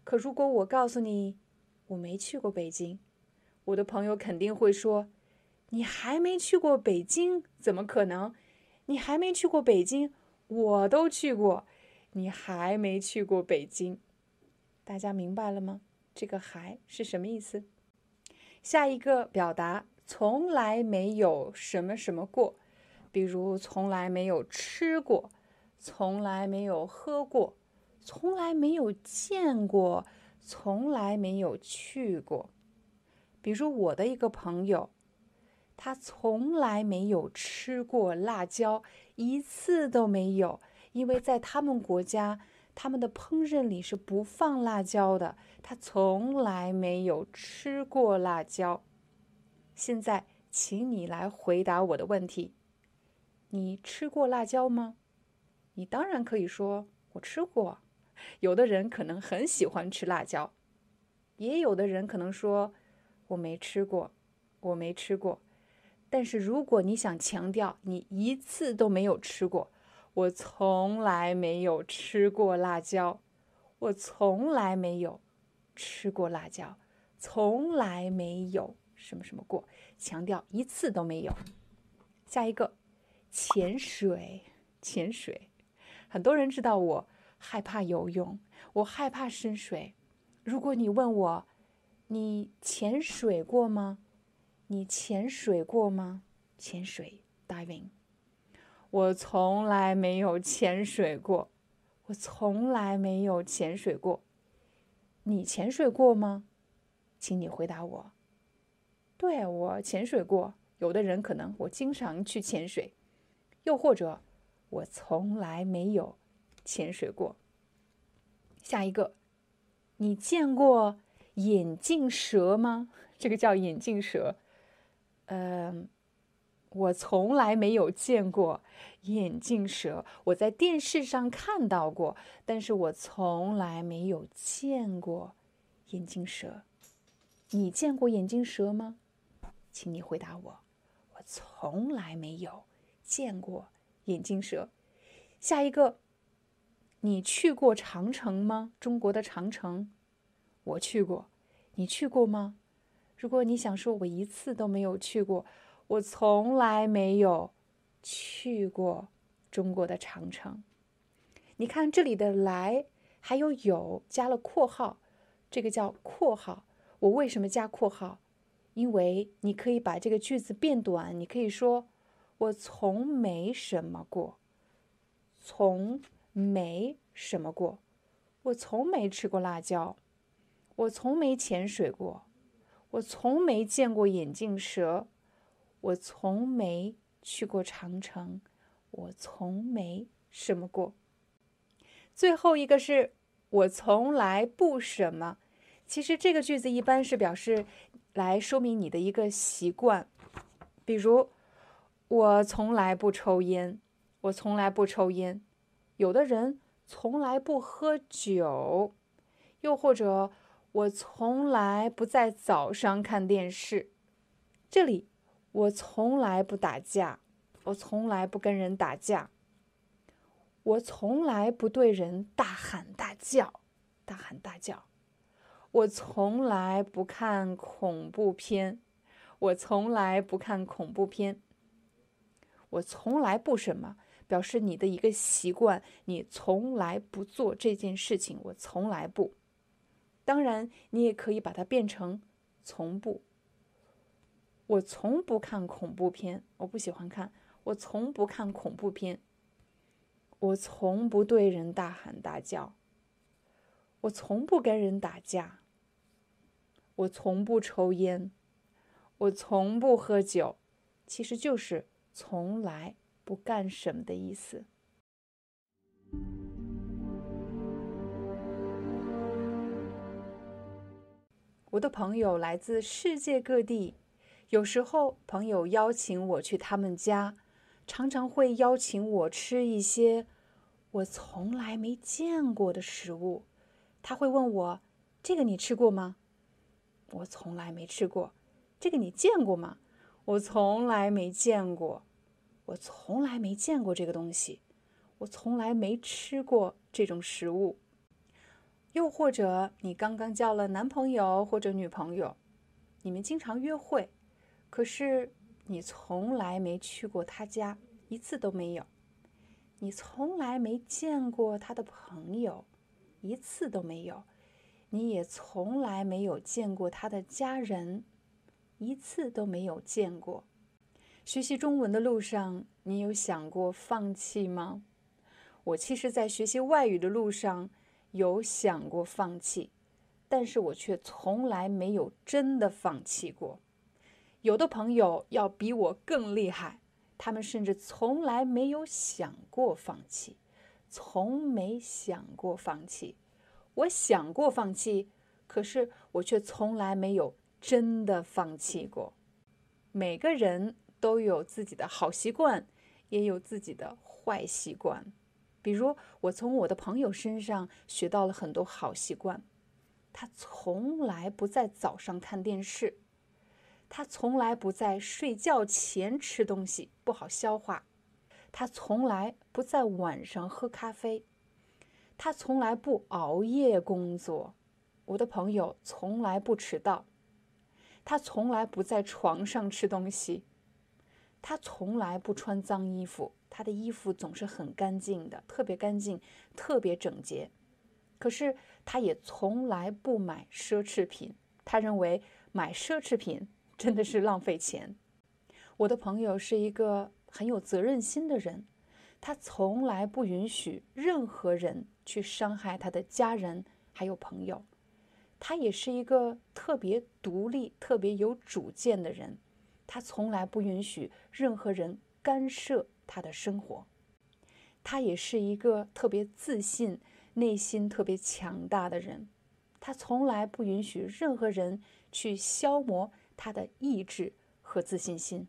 可如果我告诉你我没去过北京，我的朋友肯定会说，你还没去过北京？怎么可能？你还没去过北京，我都去过，你还没去过北京。大家明白了吗？这个还是什么意思？下一个表达从来没有什么什么过，比如从来没有吃过，从来没有喝过，从来没有见过，从来没有去过。比如我的一个朋友，他从来没有吃过辣椒，一次都没有，因为在他们国家，他们的烹饪里是不放辣椒的，他从来没有吃过辣椒。现在，请你来回答我的问题：你吃过辣椒吗？你当然可以说我吃过。有的人可能很喜欢吃辣椒，也有的人可能说我没吃过，我没吃过。但是如果你想强调你一次都没有吃过，我从来没有吃过辣椒，我从来没有吃过辣椒，从来没有什么什么过，强调一次都没有。下一个，潜水，潜水。很多人知道我害怕游泳，我害怕深水。如果你问我，你潜水过吗？你潜水过吗？潜水 diving， 我从来没有潜水过，我从来没有潜水过。你潜水过吗？请你回答我。对，我潜水过。有的人可能我经常去潜水，又或者我从来没有潜水过。下一个，你见过眼镜蛇吗？这个叫眼镜蛇。嗯，我从来没有见过眼镜蛇，我在电视上看到过，但是我从来没有见过眼镜蛇。你见过眼镜蛇吗？请你回答我。我从来没有见过眼镜蛇。下一个，你去过长城吗？中国的长城，我去过。你去过吗？如果你想说我一次都没有去过，我从来没有去过中国的长城。你看这里的来还有有加了括号，这个叫括号。我为什么加括号？因为你可以把这个句子变短，你可以说我从没什么过，从没什么过，我从没吃过辣椒，我从没潜水过，我从没见过眼镜蛇，我从没去过长城，我从没什么过。最后一个是我从来不什么。其实这个句子一般是表示来说明你的一个习惯，比如我从来不抽烟，我从来不抽烟。有的人从来不喝酒，又或者我从来不在早上看电视。这里我从来不打架，我从来不跟人打架。我从来不对人大喊大叫，大喊大叫。我从来不看恐怖片，我从来不看恐怖片。我从来不什么，表示你的一个习惯，你从来不做这件事情，我从来不。当然，你也可以把它变成从不。我从不看恐怖片，我不喜欢看，我从不看恐怖片。我从不对人大喊大叫，我从不跟人打架。我从不抽烟，我从不喝酒，其实就是从来不干什么的意思。我的朋友来自世界各地，有时候朋友邀请我去他们家，常常会邀请我吃一些我从来没见过的食物。他会问我，这个你吃过吗？我从来没吃过。这个你见过吗？我从来没见过。我从来没见过这个东西。我从来没吃过这种食物。 又或者你刚刚交了男朋友或者女朋友，你们经常约会，可是你从来没去过他家，一次都没有。你从来没见过他的朋友，一次都没有。你也从来没有见过他的家人，一次都没有见过。学习中文的路上，你有想过放弃吗？我其实在学习外语的路上有想过放弃，但是我却从来没有真的放弃过。有的朋友要比我更厉害，他们甚至从来没有想过放弃，从没想过放弃。我想过放弃，可是我却从来没有真的放弃过。每个人都有自己的好习惯，也有自己的坏习惯。比如，我从我的朋友身上学到了很多好习惯。他从来不在早上看电视，他从来不在睡觉前吃东西，不好消化。他从来不在晚上喝咖啡，他从来不熬夜工作。我的朋友从来不迟到，他从来不在床上吃东西，他从来不穿脏衣服，他的衣服总是很干净的，特别干净，特别整洁。可是他也从来不买奢侈品，他认为买奢侈品真的是浪费钱。我的朋友是一个很有责任心的人，他从来不允许任何人去伤害他的家人还有朋友。他也是一个特别独立、特别有主见的人，他从来不允许任何人干涉他的生活。他也是一个特别自信、内心特别强大的人，他从来不允许任何人去消磨他的意志和自信心。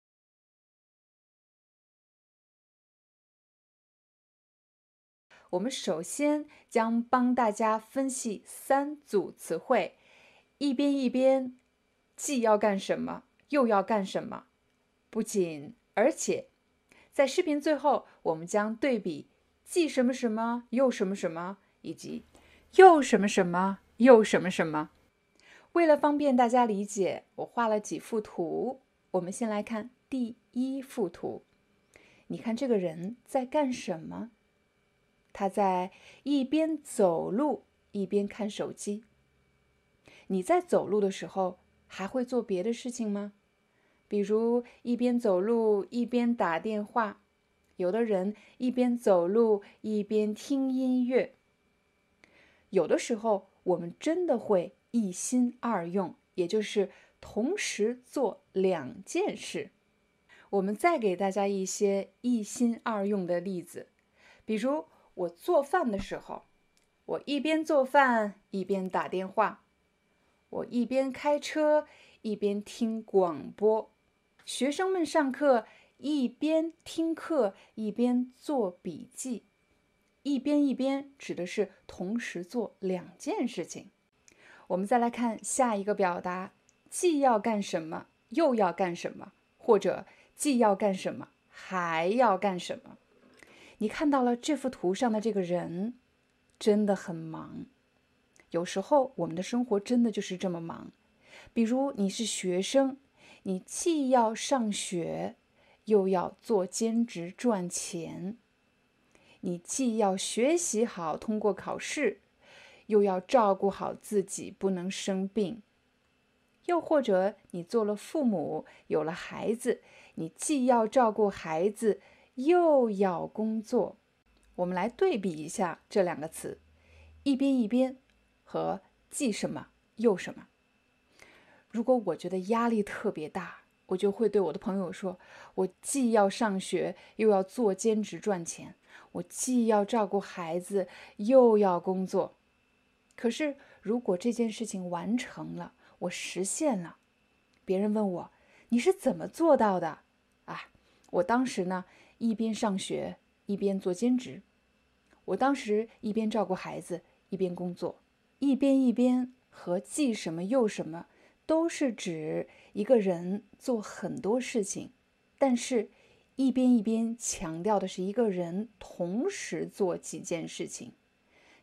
我们首先将帮大家分析三组词汇，一边一边，既要干什么，又要干什么，不仅而且。在视频最后，我们将对比既什么什么又什么什么，以及又什么什么又什么什么。为了方便大家理解，我画了几幅图。我们先来看第一幅图。你看这个人在干什么？他在一边走路一边看手机。你在走路的时候还会做别的事情吗？比如一边走路一边打电话，有的人一边走路一边听音乐。有的时候我们真的会一心二用，也就是同时做两件事。我们再给大家一些一心二用的例子，比如我做饭的时候，我一边做饭一边打电话；我一边开车一边听广播；学生们上课一边听课一边做笔记。一边一边指的是同时做两件事情。我们再来看下一个表达，既要干什么又要干什么，或者既要干什么还要干什么。你看到了这幅图上的这个人真的很忙。有时候我们的生活真的就是这么忙。比如你是学生，你既要上学又要做兼职赚钱。你既要学习好通过考试，又要照顾好自己不能生病。又或者你做了父母，有了孩子，你既要照顾孩子又要工作。我们来对比一下这两个词，一边一边和既什么又什么。如果我觉得压力特别大，我就会对我的朋友说，我既要上学又要做兼职赚钱，我既要照顾孩子又要工作。可是如果这件事情完成了，我实现了，别人问我你是怎么做到的啊？我当时呢一边上学一边做兼职，我当时一边照顾孩子一边工作。一边一边和既什么又什么都是指一个人做很多事情，但是一边一边强调的是一个人同时做几件事情。但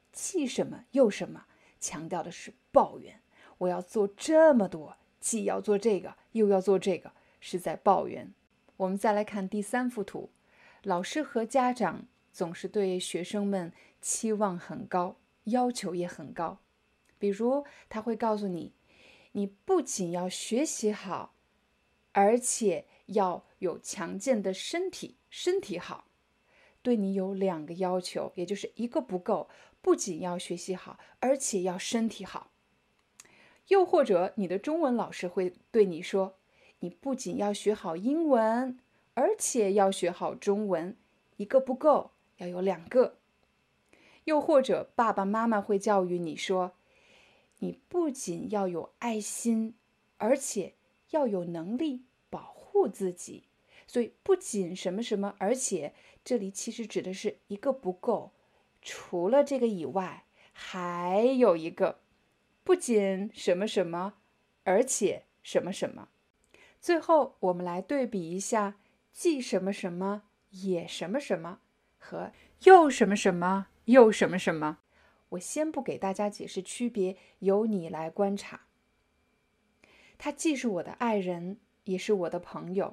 既什么又什么，强调的是抱怨。我要做这么多，既要做这个，又要做这个，是在抱怨。我们再来看第三幅图，老师和家长总是对学生们期望很高，要求也很高。比如他会告诉你，你不仅要学习好，而且要有强健的身体，身体好。对你有两个要求，也就是一个不够，不仅要学习好，而且要身体好。又或者你的中文老师会对你说，你不仅要学好英文，而且要学好中文，一个不够，要有两个。又或者爸爸妈妈会教育你说，你不仅要有爱心，而且要有能力保护自己。所以不仅什么什么，而且这里其实指的是一个不够，除了这个以外，还有一个不仅什么什么，而且什么什么。最后我们来对比一下既什么什么也什么什么和又什么什么又什么什么。我先不给大家解释区别，由你来观察。他既是我的爱人，也是我的朋友。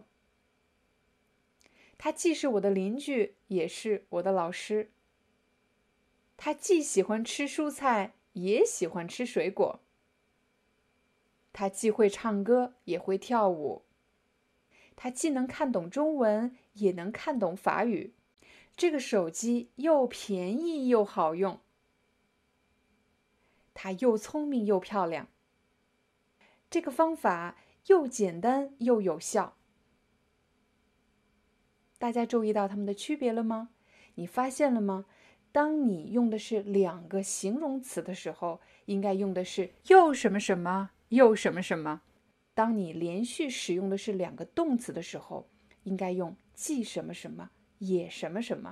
他既是我的邻居，也是我的老师。他既喜欢吃蔬菜，也喜欢吃水果。他既会唱歌，也会跳舞。他既能看懂中文，也能看懂法语。这个手机又便宜又好用。他又聪明又漂亮。这个方法又简单又有效。大家注意到它们的区别了吗？你发现了吗？当你用的是两个形容词的时候，应该用的是又什么什么又什么什么。当你连续使用的是两个动词的时候，应该用既什么什么也什么什么。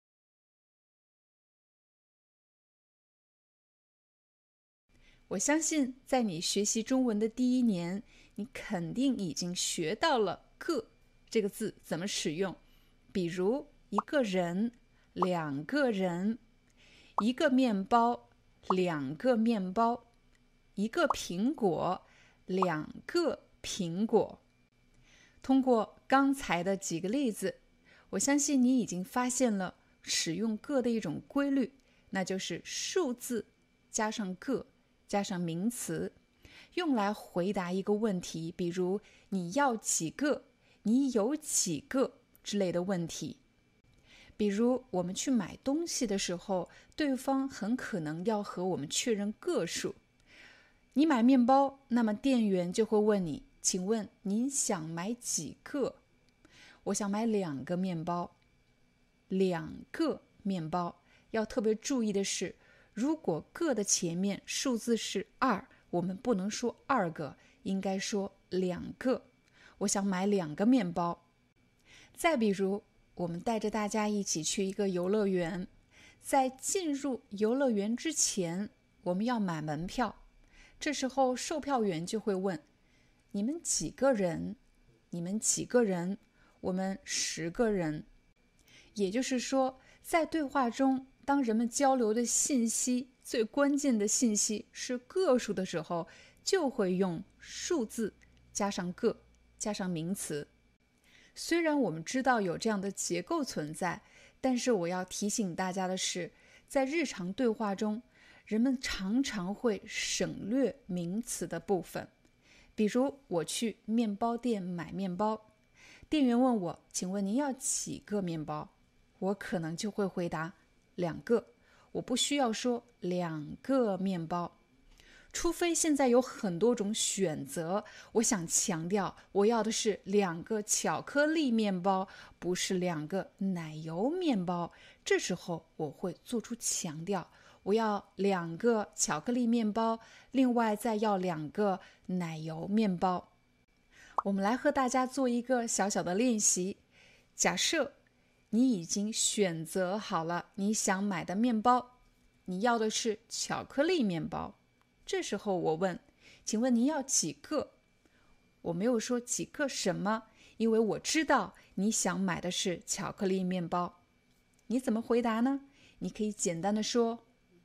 我相信在你学习中文的第一年，你肯定已经学到了个这个字怎么使用。比如一个人，两个人，一个面包，两个面包，一个苹果，两个苹果。通过刚才的几个例子，我相信你已经发现了使用个的一种规律，那就是数字加上个加上名词，用来回答一个问题，比如你要几个，你有几个之类的问题。比如我们去买东西的时候，对方很可能要和我们确认个数。你买面包，那么店员就会问你，请问您想买几个？我想买两个面包。两个面包。要特别注意的是，如果个的前面数字是二，我们不能说二个，应该说两个。我想买两个面包。再比如，我们带着大家一起去一个游乐园，在进入游乐园之前，我们要买门票。这时候售票员就会问，你们几个人？你们几个人？我们十个人。也就是说，在对话中，当人们交流的信息，最关键的信息是个数的时候，就会用数字加上个加上名词。虽然我们知道有这样的结构存在，但是我要提醒大家的是，在日常对话中，人们常常会省略名词的部分。比如我去面包店买面包，店员问我，请问您要几个面包？我可能就会回答两个，我不需要说两个面包。除非现在有很多种选择，我想强调，我要的是两个巧克力面包，不是两个奶油面包。这时候我会做出强调，我要两个巧克力面包，另外再要两个奶油面包。我们来和大家做一个小小的练习。假设你已经选择好了你想买的面包，你要的是巧克力面包。这时候我问，请问您要几个？我没有说几个什么，因为我知道你想买的是巧克力面包。你怎么回答呢？你可以简单的说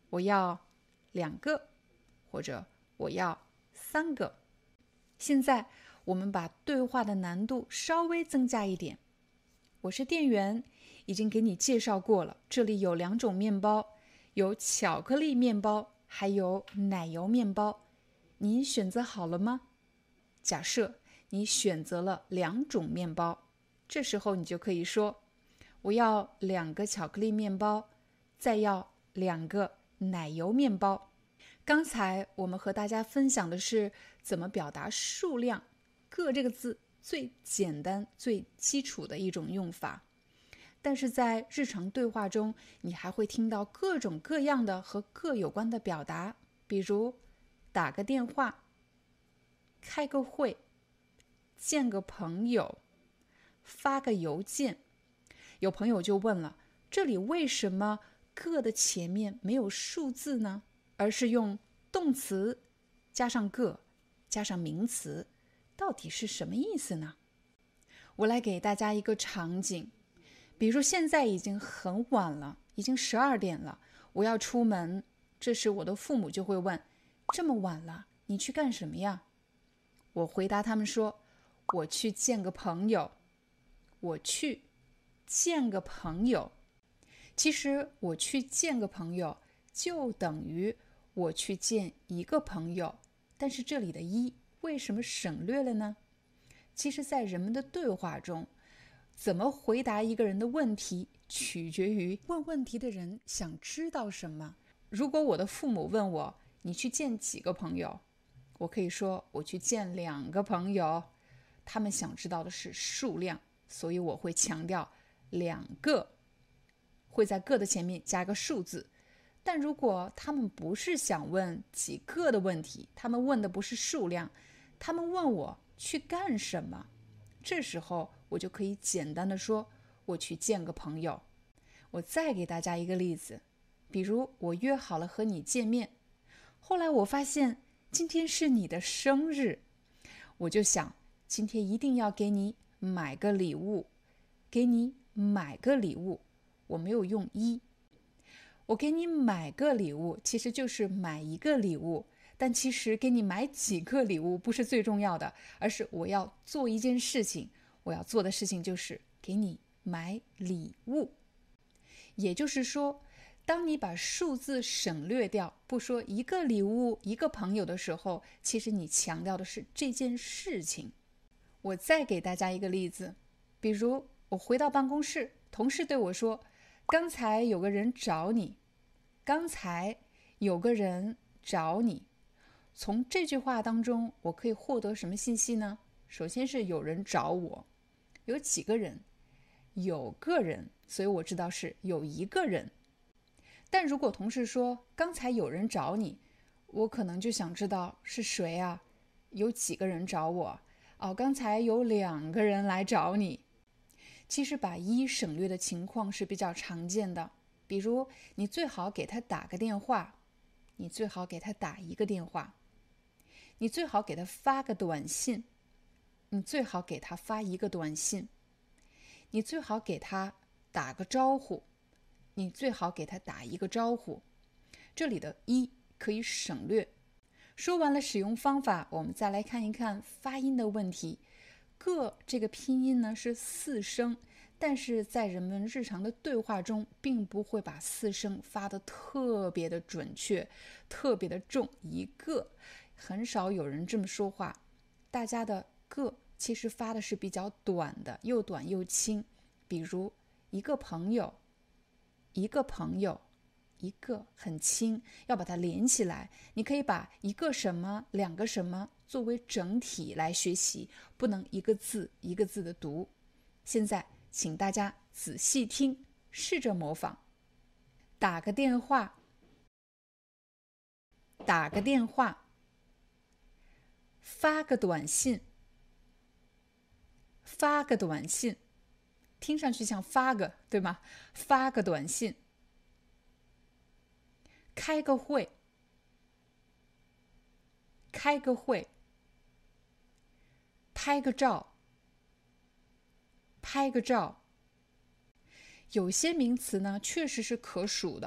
我要两个，或者我要三个。现在我们把对话的难度稍微增加一点。我是店员，已经给你介绍过了，这里有两种面包，有巧克力面包，还有奶油面包。你选择好了吗？假设你选择了两种面包，这时候你就可以说，我要两个巧克力面包，再要两个奶油面包。刚才我们和大家分享的是怎么表达数量，个这个字最简单最基础的一种用法。但是在日常对话中，你还会听到各种各样的和个有关的表达，比如打个电话、开个会、见个朋友、发个邮件。有朋友就问了，这里为什么个的前面没有数字呢？而是用动词加上个加上名词，到底是什么意思呢？我来给大家一个场景，比如现在已经很晚了，已经十二点了，我要出门，这时我的父母就会问，这么晚了，你去干什么呀？我回答他们说，我去见个朋友。我去见个朋友。其实我去见个朋友就等于我去见一个朋友，但是这里的一为什么省略了呢？其实在人们的对话中，怎么回答一个人的问题取决于问问题的人想知道什么。如果我的父母问我，你去见几个朋友？我可以说我去见两个朋友。他们想知道的是数量，所以我会强调两个，会在个的前面加个数字。但如果他们不是想问几个的问题，他们问的不是数量，他们问我去干什么，这时候我就可以简单的说，我去见个朋友。我再给大家一个例子，比如我约好了和你见面，后来我发现今天是你的生日，我就想今天一定要给你买个礼物，给你买个礼物，我没有用一。我给你买个礼物，其实就是买一个礼物，但其实给你买几个礼物不是最重要的，而是我要做一件事情，我要做的事情就是给你买礼物。也就是说，当你把数字省略掉，不说一个礼物一个朋友的时候，其实你强调的是这件事情。我再给大家一个例子，比如我回到办公室，同事对我说，刚才有个人找你。刚才有个人找你。从这句话当中，我可以获得什么信息呢？首先是有人找我，有几个人？有个人，所以我知道是有一个人。但如果同事说刚才有人找你，我可能就想知道是谁啊？有几个人找我？哦，刚才有两个人来找你。其实把一省略的情况是比较常见的，比如你最好给他打个电话，你最好给他打一个电话，你最好给他发个短信，你最好给他发一个短信，你最好给他打个招呼，你最好给他打一个招呼。这里的一可以省略。说完了使用方法，我们再来看一看发音的问题。个这个拼音呢是四声，但是在人们日常的对话中，并不会把四声发得特别的准确，特别的重。一个，很少有人这么说话。大家的个其实发的是比较短的，又短又轻。比如一个朋友，一个朋友。一个很轻，要把它连起来。你可以把一个什么、两个什么作为整体来学习，不能一个字一个字的读。现在，请大家仔细听，试着模仿。打个电话，打个电话，发个短信，发个短信，听上去像发个，对吗？发个短信。开个会，开个会，拍个照，拍个照。有些名词呢，确实是可数的，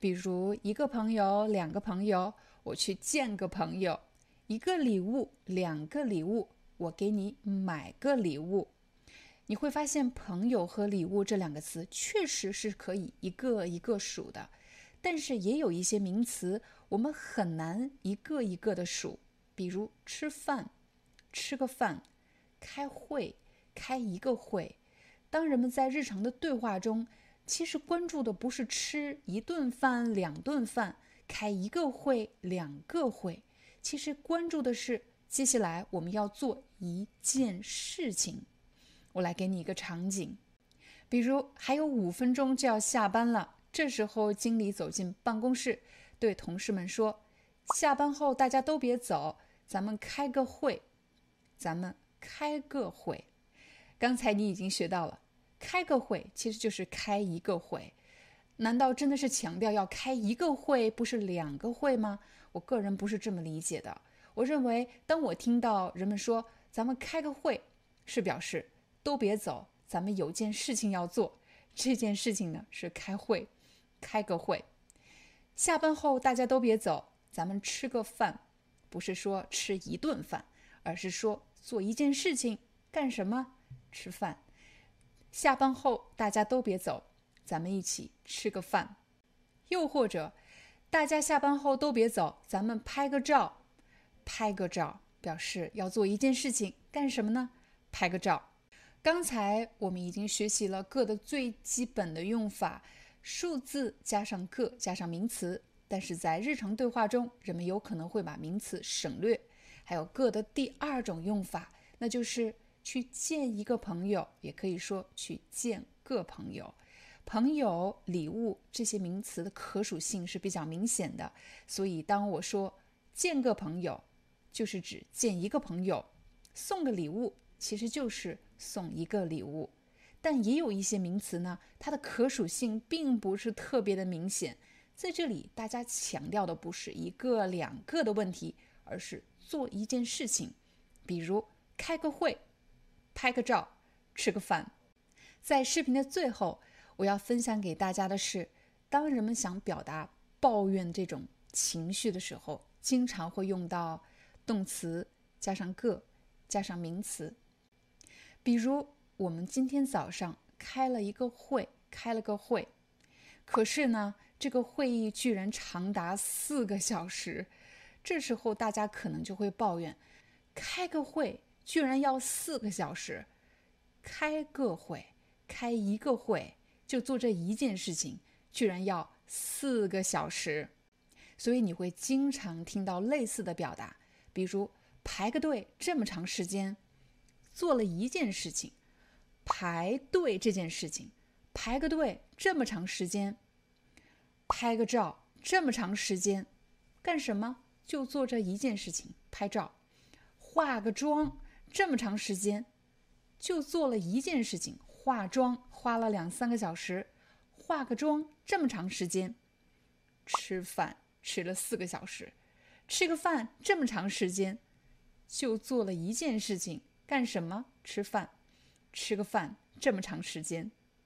比如一个朋友、两个朋友，我去见个朋友；一个礼物、两个礼物，我给你买个礼物。你会发现朋友和礼物这两个词确实是可以一个一个数的，但是也有一些名词我们很难一个一个的数，比如吃饭，吃个饭；开会，开一个会。当人们在日常的对话中，其实关注的不是吃一顿饭、两顿饭，开一个会、两个会，其实关注的是接下来我们要做一件事情。我来给你一个场景，比如还有五分钟就要下班了，这时候经理走进办公室，对同事们说：下班后大家都别走，咱们开个会。咱们开个会。刚才你已经学到了，开个会其实就是开一个会。难道真的是强调要开一个会，不是两个会吗？我个人不是这么理解的。我认为当我听到人们说咱们开个会，是表示都别走，咱们有件事情要做。这件事情呢是开会，开个会。下班后大家都别走，咱们吃个饭，不是说吃一顿饭，而是说做一件事情。干什么？吃饭。下班后大家都别走，咱们一起吃个饭。又或者大家下班后都别走，咱们拍个照。拍个照表示要做一件事情，干什么呢？拍个照。刚才我们已经学习了个的最基本的用法，数字加上个加上名词，但是在日常对话中，人们有可能会把名词省略。还有个的第二种用法，那就是去见一个朋友，也可以说去见个朋友。朋友、礼物这些名词的可数性是比较明显的，所以当我说见个朋友，就是指见一个朋友；送个礼物，其实就是送一个礼物。但也有一些名词呢，它的可数性并不是特别的明显。在这里，大家强调的不是一个两个的问题，而是做一件事情。比如开个会、拍个照、吃个饭。在视频的最后，我要分享给大家的是，当人们想表达抱怨这种情绪的时候，经常会用到动词加上个加上名词。比如我们今天早上开了一个会，开了个会，可是呢，这个会议居然长达四个小时。这时候大家可能就会抱怨，开个会居然要四个小时。开个会，开一个会，就做这一件事情，居然要四个小时。所以你会经常听到类似的表达，比如排个队这么长时间，做了一件事情。排队这件事情，排个队这么长时间。拍个照这么长时间，干什么？就做这一件事情，拍照。化个妆这么长时间，就做了一件事情，化妆，花了两三个小时。化个妆这么长时间。吃饭吃了四个小时，吃个饭这么长时间，就做了一件事情，干什么？吃饭。吃个饭这么长时间。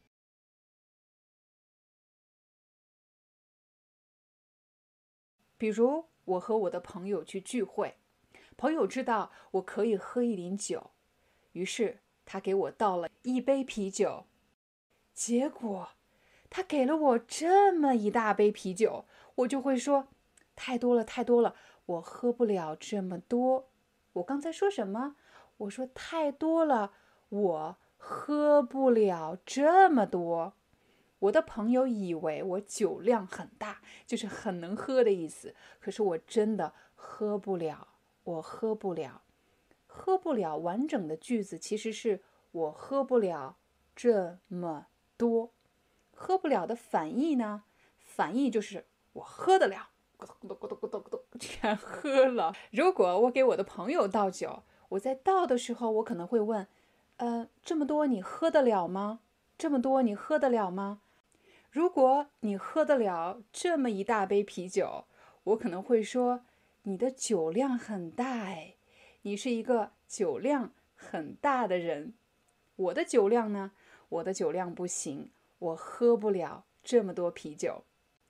比如我和我的朋友去聚会，朋友知道我可以喝一点酒，于是他给我倒了一杯啤酒。结果他给了我这么一大杯啤酒，我就会说太多了太多了，我喝不了这么多。我刚才说什么？我说太多了，我喝不了这么多。我的朋友以为我酒量很大，就是很能喝的意思，可是我真的喝不了，我喝不了。喝不了完整的句子其实是我喝不了这么多。喝不了的反义呢？反义就是我喝得了，咕咚咕咚咕咚咕咚，全喝了。如果我给我的朋友倒酒，我在倒的时候，我可能会问，呃，这么多你喝得了吗？这么多你喝得了吗？如果你喝得了这么一大杯啤酒，我可能会说，你的酒量很大哎，你是一个酒量很大的人。我的酒量呢？我的酒量不行，我喝不了这么多啤酒。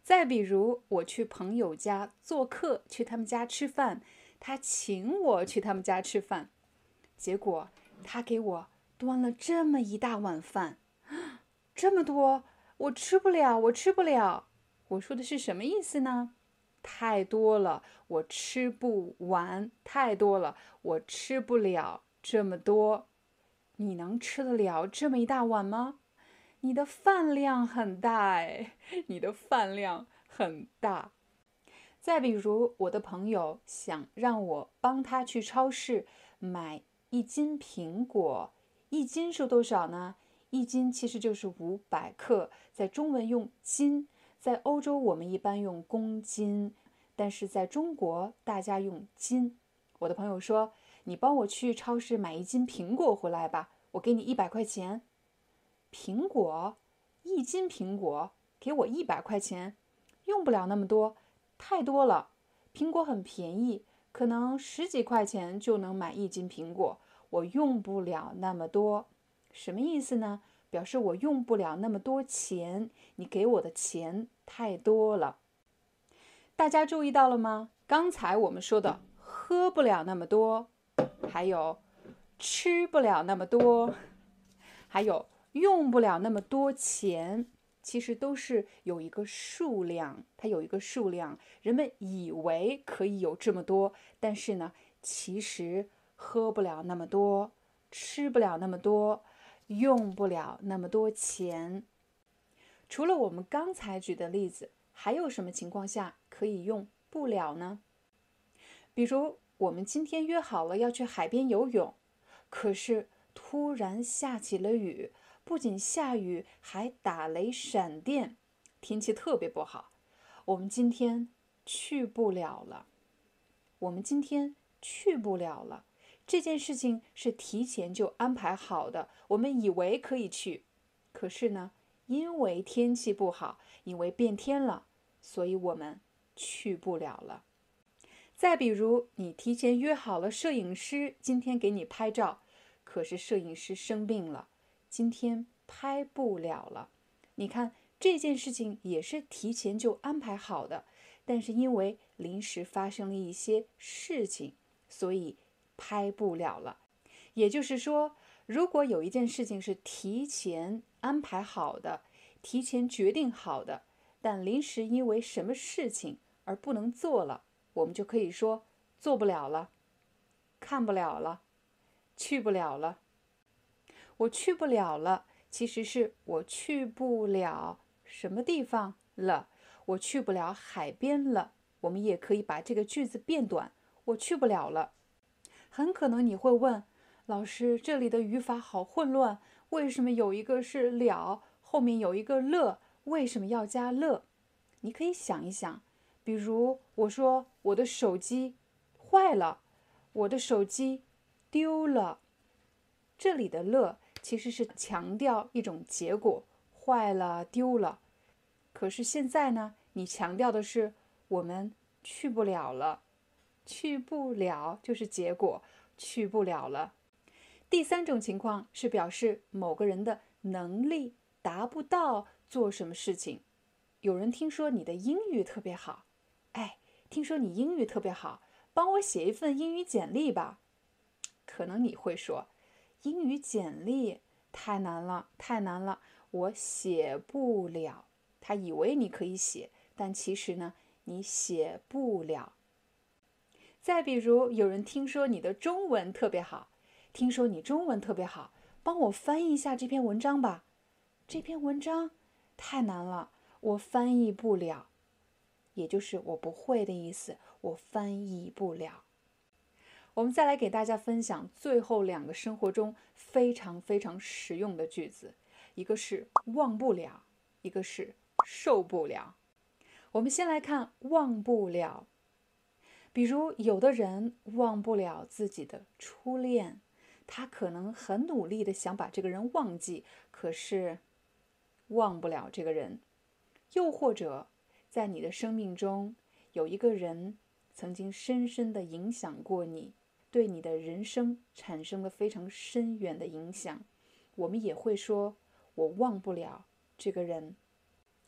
再比如，我去朋友家做客，去他们家吃饭，他请我去他们家吃饭，结果他给我端了这么一大碗饭，这么多，我吃不了，我吃不了。我说的是什么意思呢？太多了，我吃不完；太多了，我吃不了这么多。你能吃得了这么一大碗吗？你的饭量很大哎，你的饭量很大。再比如，我的朋友想让我帮他去超市买一斤苹果，一斤是多少呢？一斤其实就是五百克，在中文用斤，在欧洲我们一般用公斤，但是在中国大家用斤。我的朋友说：“你帮我去超市买一斤苹果回来吧，我给你一百块钱。”苹果，一斤苹果，给我一百块钱，用不了那么多，太多了。苹果很便宜，可能十几块钱就能买一斤苹果，我用不了那么多。什么意思呢？表示我用不了那么多钱，你给我的钱太多了。大家注意到了吗？刚才我们说的喝不了那么多，还有吃不了那么多，还有用不了那么多钱，其实都是有一个数量，它有一个数量。人们以为可以有这么多，但是呢，其实喝不了那么多，吃不了那么多，用不了那么多钱。除了我们刚才举的例子，还有什么情况下可以用不了呢？比如我们今天约好了要去海边游泳，可是突然下起了雨，不仅下雨，还打雷闪电，天气特别不好。我们今天去不了了。我们今天去不了了。这件事情是提前就安排好的，我们以为可以去，可是呢，因为天气不好，因为变天了，所以我们去不了了。再比如，你提前约好了摄影师今天给你拍照，可是摄影师生病了，今天拍不了了。你看，这件事情也是提前就安排好的，但是因为临时发生了一些事情，所以拍不了了。也就是说，如果有一件事情是提前安排好的，提前决定好的，但临时因为什么事情而不能做了，我们就可以说做不了了，看不了了，去不了了。我去不了了，其实是我去不了什么地方了，我去不了海边了。我们也可以把这个句子变短，我去不了了。很可能你会问，老师，这里的语法好混乱，为什么有一个是了，后面有一个了，为什么要加了？你可以想一想，比如我说我的手机坏了，我的手机丢了，这里的了其实是强调一种结果，坏了，丢了。可是现在呢，你强调的是我们去不了了，去不了就是结果，去不了了。第三种情况是表示某个人的能力达不到做什么事情。有人听说你的英语特别好，哎，听说你英语特别好，帮我写一份英语简历吧。可能你会说，英语简历太难了，太难了，我写不了。他以为你可以写，但其实呢，你写不了。再比如，有人听说你的中文特别好，听说你中文特别好，帮我翻译一下这篇文章吧。这篇文章太难了，我翻译不了，也就是我不会的意思，我翻译不了。我们再来给大家分享最后两个生活中非常非常实用的句子，一个是忘不了，一个是受不了。我们先来看忘不了。比如有的人忘不了自己的初恋，他可能很努力的想把这个人忘记，可是忘不了这个人。又或者在你的生命中有一个人曾经深深的影响过你，对你的人生产生了非常深远的影响，我们也会说我忘不了这个人。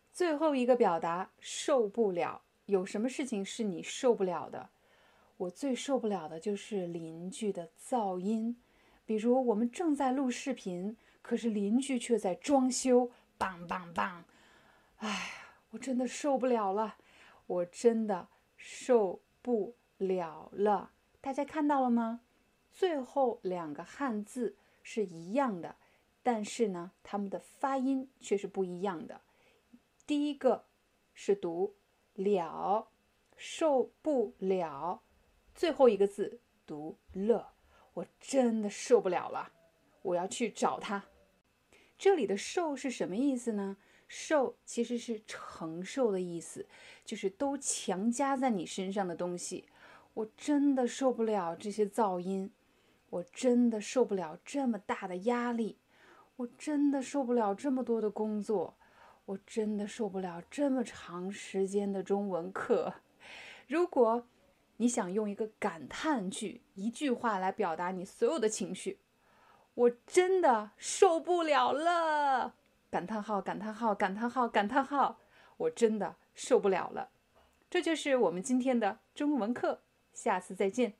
最后一个表达受不了，有什么事情是你受不了的？我最受不了的就是邻居的噪音，比如我们正在录视频，可是邻居却在装修，梆梆梆，哎，我真的受不了了，我真的受不了了。大家看到了吗？最后两个汉字是一样的，但是呢，它们的发音却是不一样的。第一个是读了，受不了，最后一个字读了，我真的受不了了，我要去找他。这里的受是什么意思呢？受其实是承受的意思，就是都强加在你身上的东西。我真的受不了这些噪音，我真的受不了这么大的压力，我真的受不了这么多的工作，我真的受不了这么长时间的中文课。如果你想用一个感叹句，一句话来表达你所有的情绪，我真的受不了了！感叹号，感叹号，感叹号，感叹号！我真的受不了了。这就是我们今天的中文课，下次再见。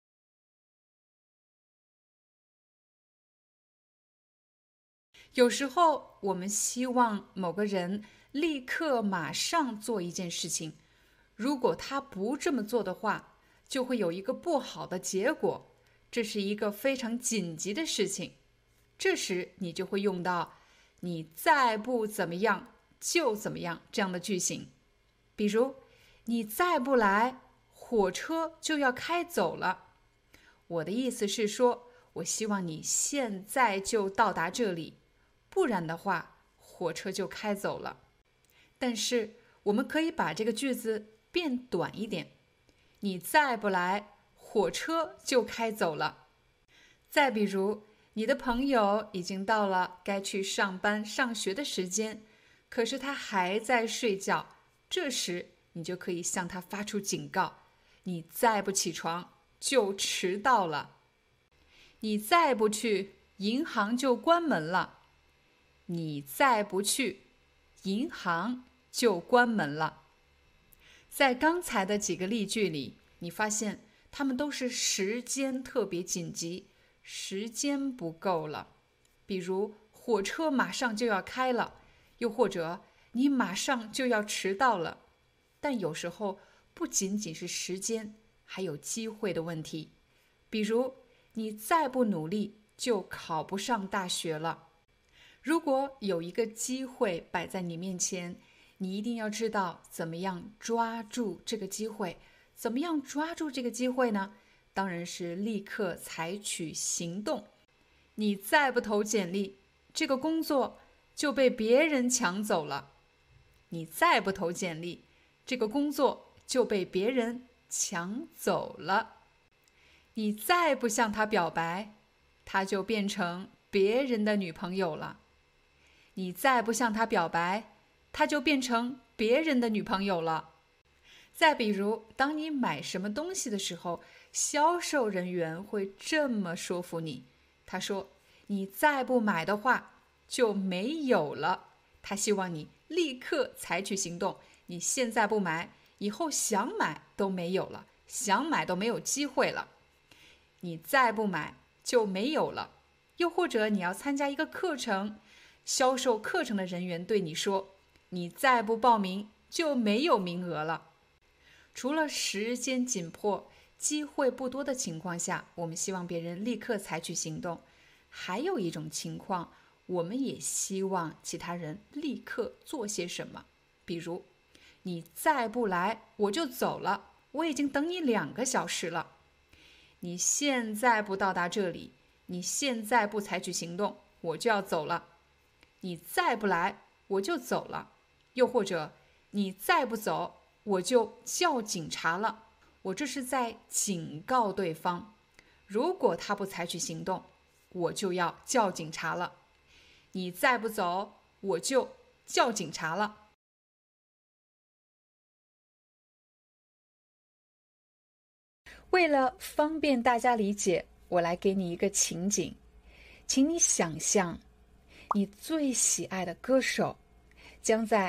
有时候我们希望某个人立刻马上做一件事情，如果他不这么做的话，就会有一个不好的结果，这是一个非常紧急的事情。这时你就会用到你再不怎么样就怎么样这样的句型。比如你再不来，火车就要开走了。我的意思是说，我希望你现在就到达这里，不然的话火车就开走了。但是我们可以把这个句子变短一点，你再不来，火车就开走了。再比如你的朋友已经到了该去上班上学的时间，可是他还在睡觉，这时你就可以向他发出警告，你再不起床就迟到了。你再不去，银行就关门了。你再不去，银行就关门了。在刚才的几个例句里，你发现他们都是时间特别紧急，时间不够了。比如火车马上就要开了，又或者你马上就要迟到了。但有时候不仅仅是时间，还有机会的问题。比如你再不努力就考不上大学了。如果有一个机会摆在你面前，你一定要知道怎么样抓住这个机会。怎么样抓住这个机会呢？当然是立刻采取行动。你再不投简历，这个工作就被别人抢走了。你再不投简历，这个工作就被别人抢走了。你再不向他表白，他就变成别人的女朋友了。你再不向他表白，他就变成别人的女朋友了。再比如，当你买什么东西的时候，销售人员会这么说服你，他说，你再不买的话就没有了。他希望你立刻采取行动，你现在不买，以后想买都没有了，想买都没有机会了。你再不买就没有了。又或者你要参加一个课程，销售课程的人员对你说，你再不报名就没有名额了。除了时间紧迫、机会不多的情况下，我们希望别人立刻采取行动。还有一种情况，我们也希望其他人立刻做些什么。比如，你再不来，我就走了，我已经等你两个小时了。你现在不到达这里，你现在不采取行动，我就要走了。你再不来，我就走了。又或者，你再不走，我就叫警察了。我这是在警告对方，如果他不采取行动，我就要叫警察了。你再不走，我就叫警察了。为了方便大家理解，我来给你一个情景，请你想象，你最喜爱的歌手将在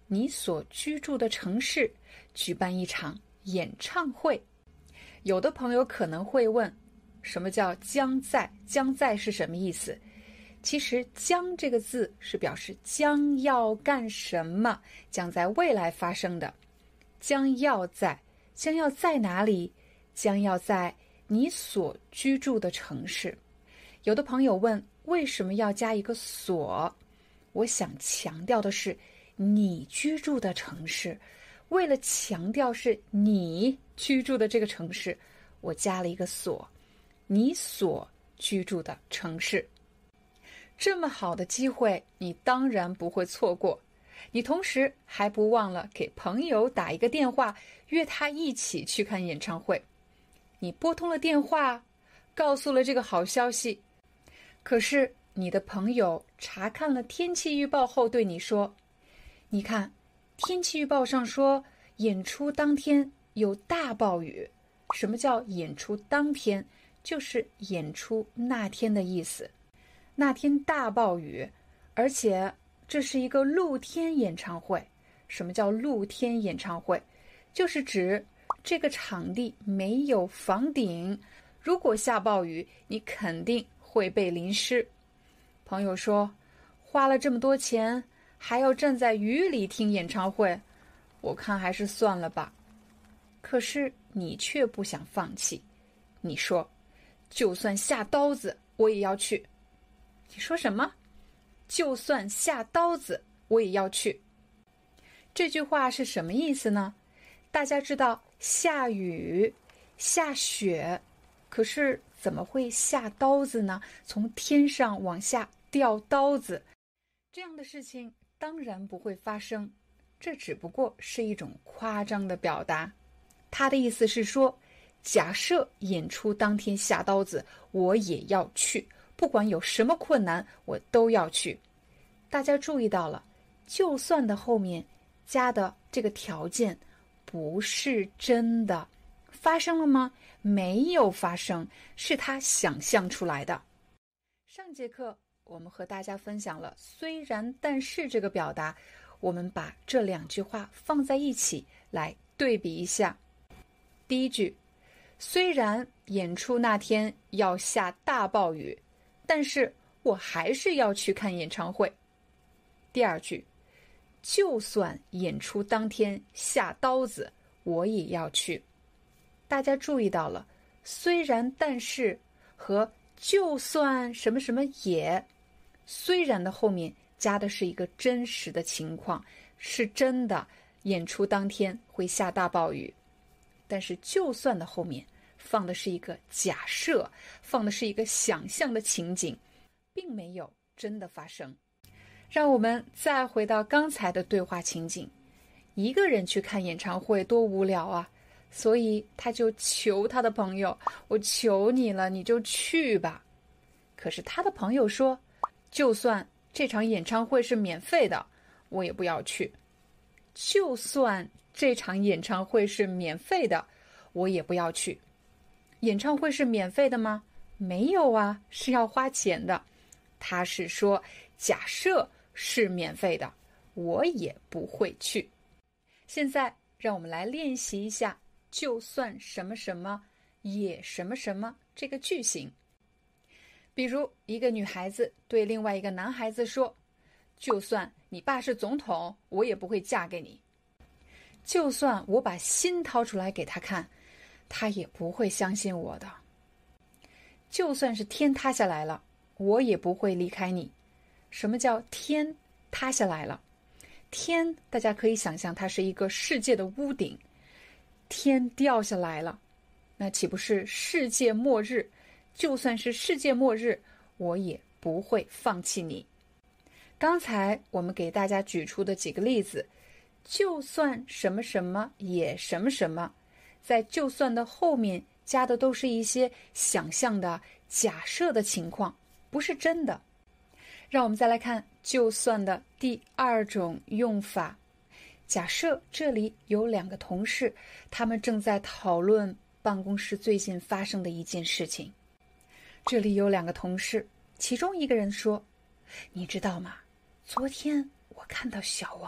你所居住的城市举办一场演唱会。有的朋友可能会问，什么叫将在？将在是什么意思？其实将这个字是表示将要干什么，将在未来发生的。将要在，将要在哪里？将要在你所居住的城市。有的朋友问，为什么要加一个所？我想强调的是你居住的城市。为了强调是你居住的这个城市，我加了一个所，你所居住的城市。这么好的机会，你当然不会错过。你同时还不忘了给朋友打一个电话，约他一起去看演唱会。你拨通了电话，告诉了这个好消息，可是你的朋友查看了天气预报后对你说，你看天气预报上说演出当天有大暴雨。什么叫演出当天？就是演出那天的意思。那天大暴雨，而且这是一个露天演唱会。什么叫露天演唱会？就是指这个场地没有房顶，如果下暴雨，你肯定会被淋湿。朋友说，花了这么多钱，还要站在雨里听演唱会，我看还是算了吧。可是你却不想放弃，你说，就算下刀子，我也要去。你说什么？就算下刀子，我也要去。这句话是什么意思呢？大家知道下雨、下雪，可是怎么会下刀子呢？从天上往下掉刀子，这样的事情当然不会发生。这只不过是一种夸张的表达。他的意思是说，假设演出当天下刀子，我也要去，不管有什么困难，我都要去。大家注意到了，就算的后面加的这个条件不是真的，发生了吗？没有发生，是他想象出来的。上节课我们和大家分享了虽然但是这个表达，我们把这两句话放在一起来对比一下。第一句，虽然演出那天要下大暴雨，但是我还是要去看演唱会。第二句，就算演出当天下刀子，我也要去。大家注意到了，虽然但是和就算什么什么也，虽然的后面加的是一个真实的情况，是真的演出当天会下大暴雨。但是就算的后面放的是一个假设，放的是一个想象的情景，并没有真的发生。让我们再回到刚才的对话情景，一个人去看演唱会多无聊啊，所以他就求他的朋友，我求你了，你就去吧。可是他的朋友说，就算这场演唱会是免费的，我也不要去。就算这场演唱会是免费的，我也不要去。演唱会是免费的吗？没有啊，是要花钱的。他是说，假设是免费的，我也不会去。现在让我们来练习一下就算什么什么也什么什么这个句型。比如一个女孩子对另外一个男孩子说，就算你爸是总统，我也不会嫁给你。就算我把心掏出来给他看，他也不会相信我的。就算是天塌下来了，我也不会离开你。什么叫天塌下来了？天，大家可以想象它是一个世界的屋顶，天掉下来了，那岂不是世界末日？就算是世界末日，我也不会放弃你。刚才我们给大家举出的几个例子，就算什么什么也什么什么，在就算的后面加的都是一些想象的假设的情况，不是真的。让我们再来看就算的第二种用法。假设这里有两个同事，他们正在讨论办公室最近发生的一件事情。这里有两个同事，其中一个人说，你知道吗？昨天我看到小王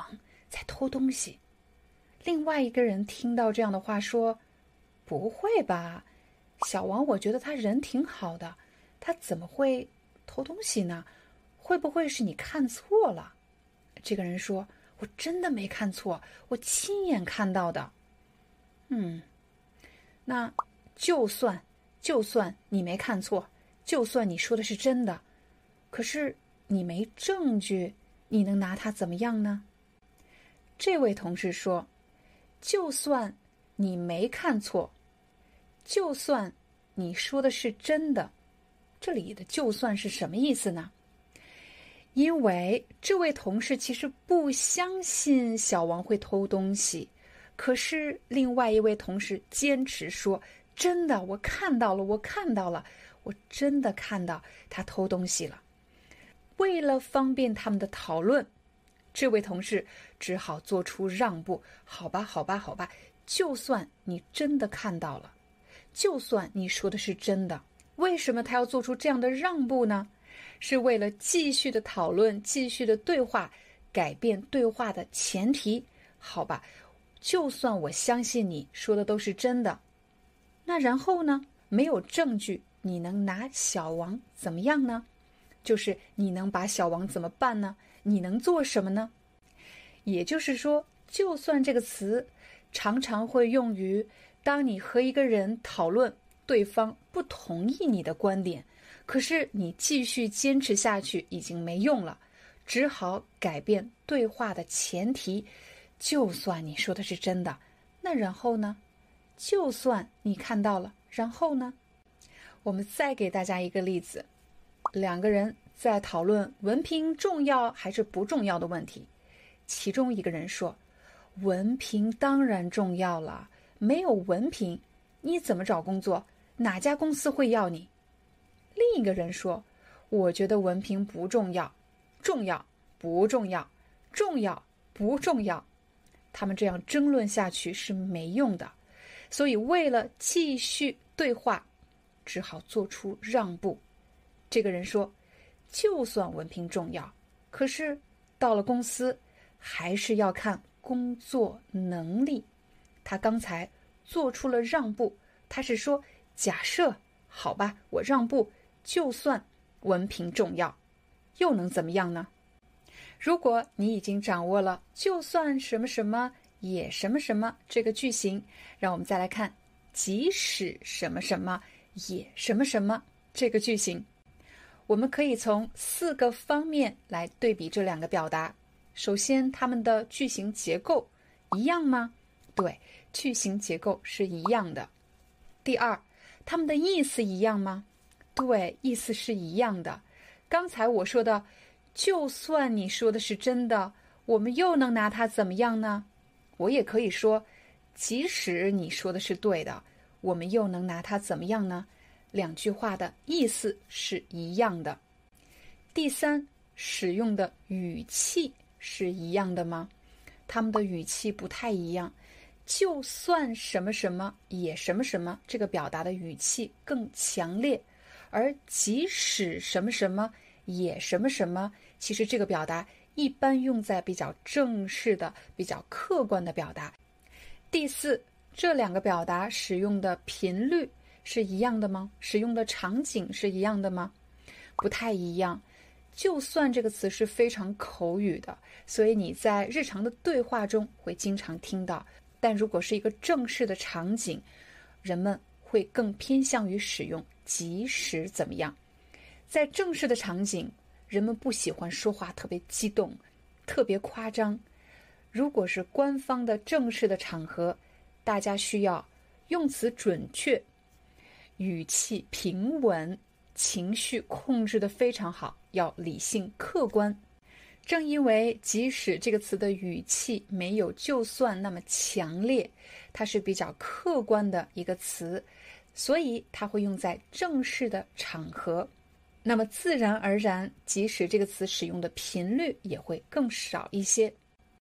在偷东西。另外一个人听到这样的话说：“不会吧，小王，我觉得他人挺好的，他怎么会偷东西呢？会不会是你看错了？”这个人说：“我真的没看错，我亲眼看到的。”嗯，那就算就算你没看错，就算你说的是真的，可是你没证据，你能拿他怎么样呢？这位同事说：“就算你没看错，就算你说的是真的。”这里的就算是什么意思呢？因为这位同事其实不相信小王会偷东西，可是另外一位同事坚持说：“真的，我看到了，我看到了，我真的看到他偷东西了。”为了方便他们的讨论，这位同事只好做出让步。好吧，好吧，好吧，就算你真的看到了，就算你说的是真的，为什么他要做出这样的让步呢？是为了继续的讨论，继续的对话，改变对话的前提。好吧，就算我相信你说的都是真的，那然后呢？没有证据，你能拿小王怎么样呢？就是你能把小王怎么办呢？你能做什么呢？也就是说，就算这个词常常会用于当你和一个人讨论，对方不同意你的观点，可是你继续坚持下去已经没用了，只好改变对话的前提。就算你说的是真的，那然后呢？就算你看到了，然后呢？我们再给大家一个例子，两个人在讨论文凭重要还是不重要的问题。其中一个人说：“文凭当然重要了，没有文凭，你怎么找工作？哪家公司会要你？”另一个人说：“我觉得文凭不重要，重要不重要，重要不重要。”他们这样争论下去是没用的，所以为了继续对话，只好做出让步。这个人说：“就算文凭重要，可是到了公司还是要看工作能力。”他刚才做出了让步，他是说假设，好吧，我让步，就算文凭重要，又能怎么样呢？如果你已经掌握了就算什么什么也什么什么这个句型，让我们再来看即使什么什么也什么什么这个句型。我们可以从四个方面来对比这两个表达。首先，它们的句型结构一样吗？对，句型结构是一样的。第二，它们的意思一样吗？对，意思是一样的。刚才我说的就算你说的是真的，我们又能拿它怎么样呢？我也可以说即使你说的是对的，我们又能拿它怎么样呢？两句话的意思是一样的。第三，使用的语气是一样的吗？他们的语气不太一样。就算什么什么也什么什么，这个表达的语气更强烈，而即使什么什么也什么什么，其实这个表达一般用在比较正式的、比较客观的表达。第四，这两个表达使用的频率是一样的吗？使用的场景是一样的吗？不太一样。就算这个词是非常口语的，所以你在日常的对话中会经常听到，但如果是一个正式的场景，人们会更偏向于使用即使怎么样。在正式的场景，人们不喜欢说话特别激动，特别夸张。如果是官方的正式的场合，大家需要用词准确，语气平稳，情绪控制得非常好，要理性客观。正因为即使这个词的语气没有就算那么强烈，它是比较客观的一个词，所以它会用在正式的场合。那么自然而然，即使这个词使用的频率也会更少一些。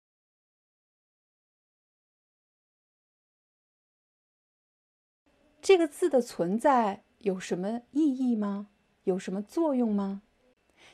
这个字的存在有什么意义吗？有什么作用吗？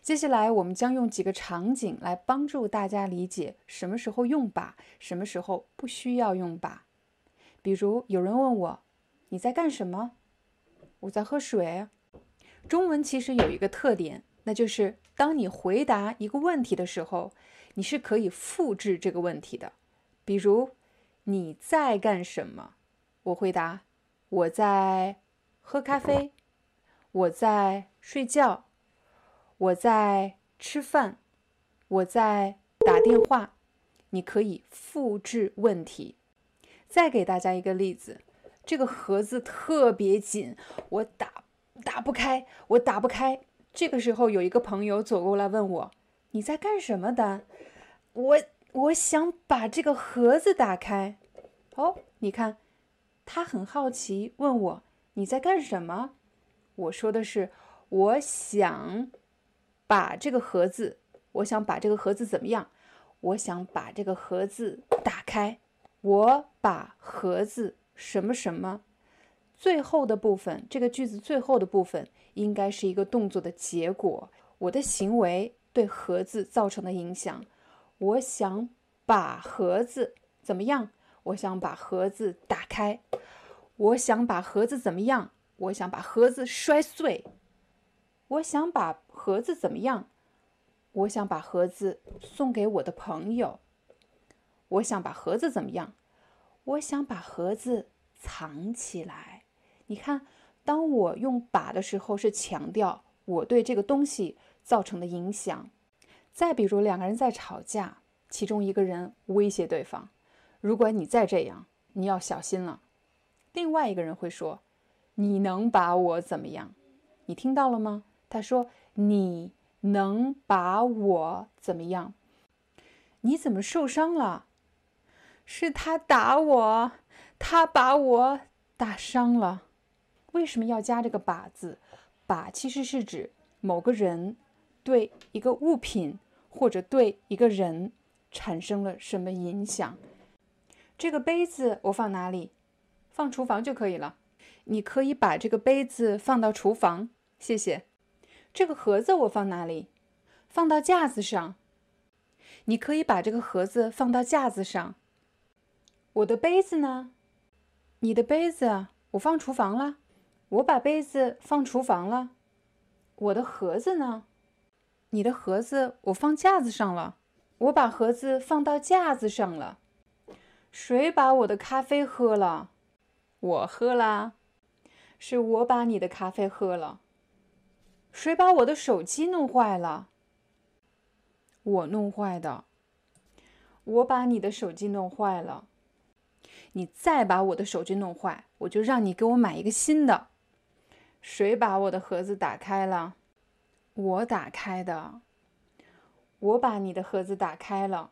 接下来我们将用几个场景来帮助大家理解什么时候用把，什么时候不需要用把。比如有人问我，你在干什么？我在喝水。中文其实有一个特点，那就是当你回答一个问题的时候，你是可以复制这个问题的。比如你在干什么？我回答我在喝咖啡，我在睡觉，我在吃饭，我在打电话。你可以复制问题。再给大家一个例子，这个盒子特别紧，我打打不开，我打不开。这个时候有一个朋友走过来问我，你在干什么的？我我想把这个盒子打开。哦，你看，他很好奇，问我你在干什么？我说的是我想把这个盒子，我想把这个盒子怎么样？我想把这个盒子打开。我把盒子什么什么，最后的部分，这个句子最后的部分应该是一个动作的结果，我的行为对盒子造成的影响。我想把盒子怎么样？我想把盒子打开。我想把盒子怎么样？我想把盒子摔碎。我想把盒子怎么样？我想把盒子送给我的朋友。我想把盒子怎么样？我想把盒子藏起来。你看，当我用把的时候，是强调我对这个东西造成的影响。再比如两个人在吵架，其中一个人威胁对方，如果你再这样，你要小心了。另外一个人会说，你能把我怎么样？你听到了吗？他说，你能把我怎么样？你怎么受伤了？是他打我，他把我打伤了。为什么要加这个把字？把其实是指某个人对一个物品或者对一个人产生了什么影响。这个杯子我放哪里？放厨房就可以了。你可以把这个杯子放到厨房，谢谢。这个盒子我放哪里？放到架子上。你可以把这个盒子放到架子上。我的杯子呢？你的杯子我放厨房了。我把杯子放厨房了。我的盒子呢？你的盒子我放架子上了。我把盒子放到架子上了。谁把我的咖啡喝了？我喝了。是我把你的咖啡喝了。谁把我的手机弄坏了？我弄坏的。我把你的手机弄坏了。你再把我的手机弄坏，我就让你给我买一个新的。谁把我的盒子打开了？我打开的。我把你的盒子打开了。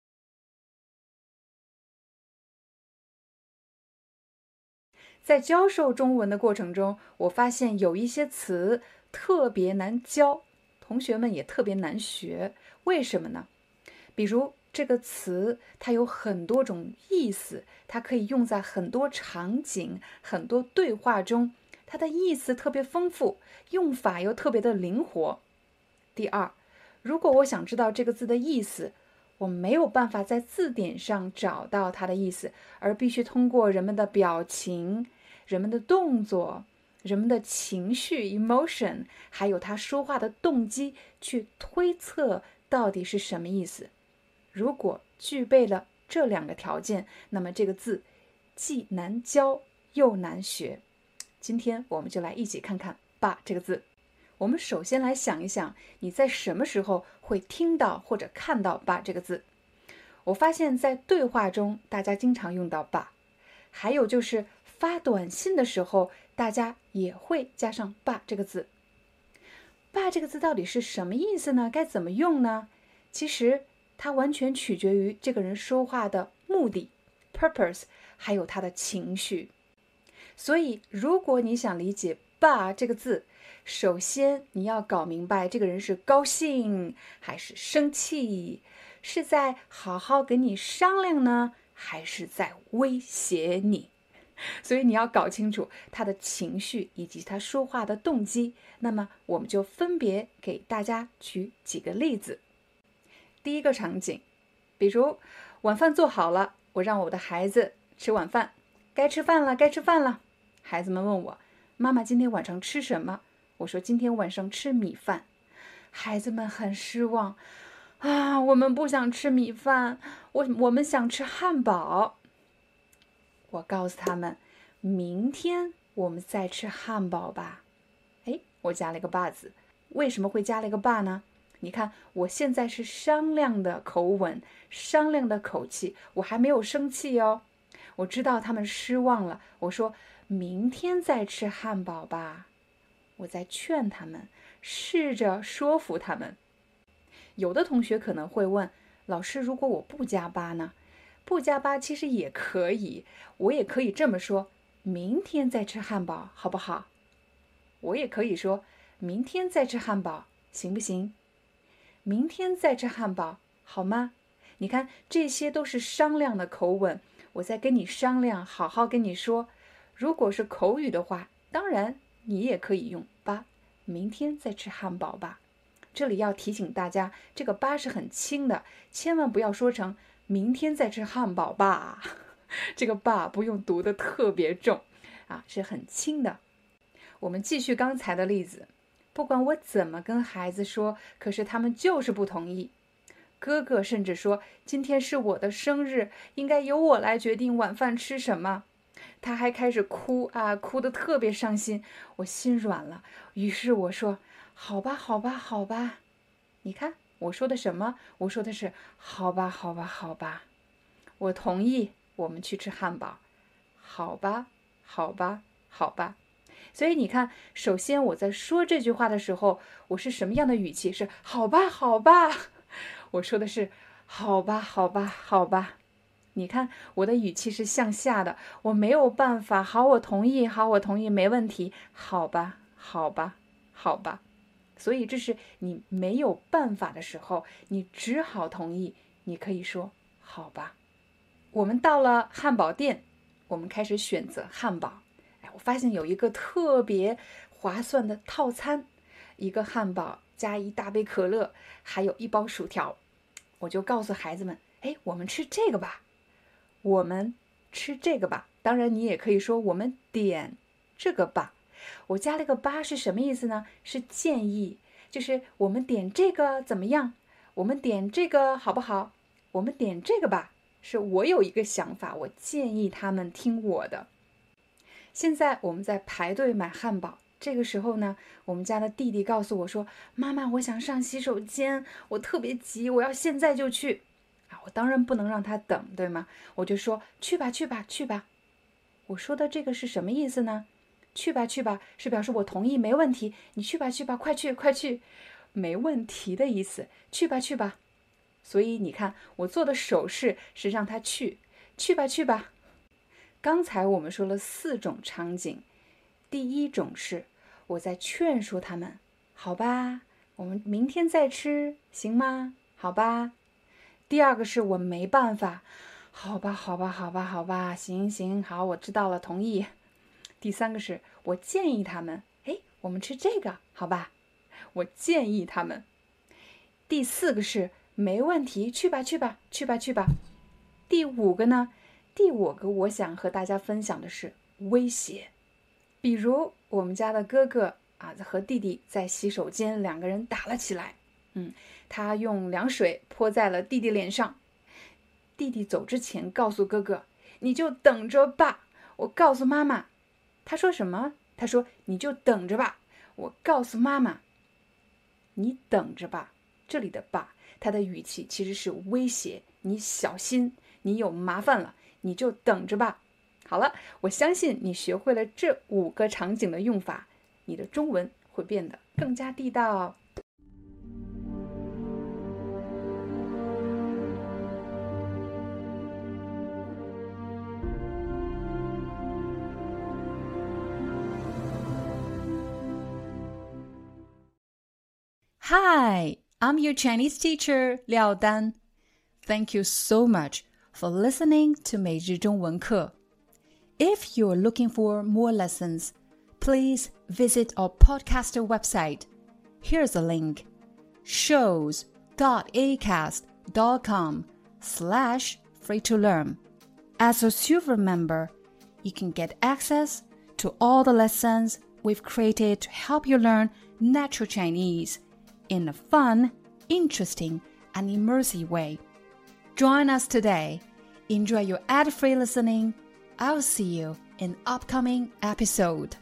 在教授中文的过程中，我发现有一些词特别难教，同学们也特别难学。为什么呢？比如这个词，它有很多种意思，它可以用在很多场景、很多对话中，它的意思特别丰富，用法又特别的灵活。第二，如果我想知道这个字的意思，我没有办法在字典上找到它的意思，而必须通过人们的表情、人们的动作、人们的情绪 emotion， 还有他说话的动机去推测到底是什么意思。如果具备了这两个条件，那么这个字既难教又难学。今天我们就来一起看看“把”这个字。我们首先来想一想，你在什么时候会听到或者看到“把”这个字？我发现在对话中大家经常用到“把”，还有就是发短信的时候大家也会加上“把”这个字。把这个字到底是什么意思呢？该怎么用呢？其实它完全取决于这个人说话的目的 purpose， 还有他的情绪。所以如果你想理解把这个字，首先你要搞明白这个人是高兴还是生气，是在好好跟你商量呢，还是在威胁你。 所以你要搞清楚他的情绪以及他说话的动机。那么我们就分别给大家举几个例子。第一个场景，比如晚饭做好了，我让我的孩子吃晚饭，该吃饭了，该吃饭了。孩子们问我，妈妈今天晚上吃什么？我说今天晚上吃米饭。孩子们很失望啊，我们不想吃米饭，我我们想吃汉堡。我告诉他们，明天我们再吃汉堡吧。哎，我加了一个爸字，为什么会加了一个爸呢？你看，我现在是商量的口吻，商量的口气，我还没有生气哦。我知道他们失望了，我说明天再吃汉堡吧。我在劝他们，试着说服他们。有的同学可能会问，老师，如果我不加八呢？不加八其实也可以，我也可以这么说，明天再吃汉堡好不好？我也可以说，明天再吃汉堡行不行？明天再吃汉堡好吗？你看，这些都是商量的口吻，我在跟你商量，好好跟你说。如果是口语的话，当然你也可以用吧，明天再吃汉堡吧。这里要提醒大家，这个吧是很轻的，千万不要说成明天再吃汉堡吧。这个吧不用读得特别重啊，是很轻的。我们继续刚才的例子，不管我怎么跟孩子说，可是他们就是不同意。哥哥甚至说，今天是我的生日，应该由我来决定晚饭吃什么。他还开始哭啊，哭得特别伤心，我心软了。于是我说，好吧好吧好吧。你看我说的什么？我说的是好吧好吧好吧，我同意我们去吃汉堡。好吧好吧好吧。所以你看，首先我在说这句话的时候，我是什么样的语气？是好吧好吧。我说的是好吧好吧好吧。你看我的语气是向下的，我没有办法，好我同意，好我同意，没问题，好吧好吧好吧。所以这是你没有办法的时候，你只好同意，你可以说好吧。我们到了汉堡店，我们开始选择汉堡。哎，我发现有一个特别划算的套餐，一个汉堡加一大杯可乐，还有一包薯条。我就告诉孩子们，哎，我们吃这个吧，我们吃这个吧。当然你也可以说我们点这个吧。我加了个吧是什么意思呢？是建议，就是我们点这个怎么样？我们点这个好不好？我们点这个吧，是我有一个想法，我建议他们听我的。现在我们在排队买汉堡，这个时候呢，我们家的弟弟告诉我说，妈妈，我想上洗手间，我特别急，我要现在就去。啊，我当然不能让他等，对吗？我就说去吧去吧去吧。我说的这个是什么意思呢？去吧去吧是表示我同意，没问题，你去吧去吧，快去快去，没问题的意思，去吧去吧。所以你看我做的手势是让他去，去吧去吧。刚才我们说了四种场景，第一种是我在劝说他们，好吧，我们明天再吃行吗？好吧。第二个是我没办法，好吧好吧好吧好吧，行行好，我知道了，同意。第三个是我建议他们，哎，我们吃这个好吧，我建议他们。第四个是没问题，去吧去吧去吧去吧。第五个呢？第五个我想和大家分享的是威胁。比如我们家的哥哥啊和弟弟在洗手间，两个人打了起来。嗯，他用凉水泼在了弟弟脸上。弟弟走之前告诉哥哥，你就等着吧，我告诉妈妈。他说什么？他说你就等着吧，我告诉妈妈。你等着吧，这里的吧，他的语气其实是威胁，你小心，你有麻烦了，你就等着吧。好了，我相信你学会了这五个场景的用法，你的中文会变得更加地道。Hi, I'm your Chinese teacher, Liao Dan. Thank you so much for listening to 每日中文课。 If you're looking for more lessons, please visit our podcast website. Here's a link: shows.acast.com slash free to learn. As a silver member, you can get access to all the lessons we've created to help you learn natural Chinese in a fun, interesting, and immersive way. Join us today. Enjoy your ad-free listening. I'll see you in upcoming episode.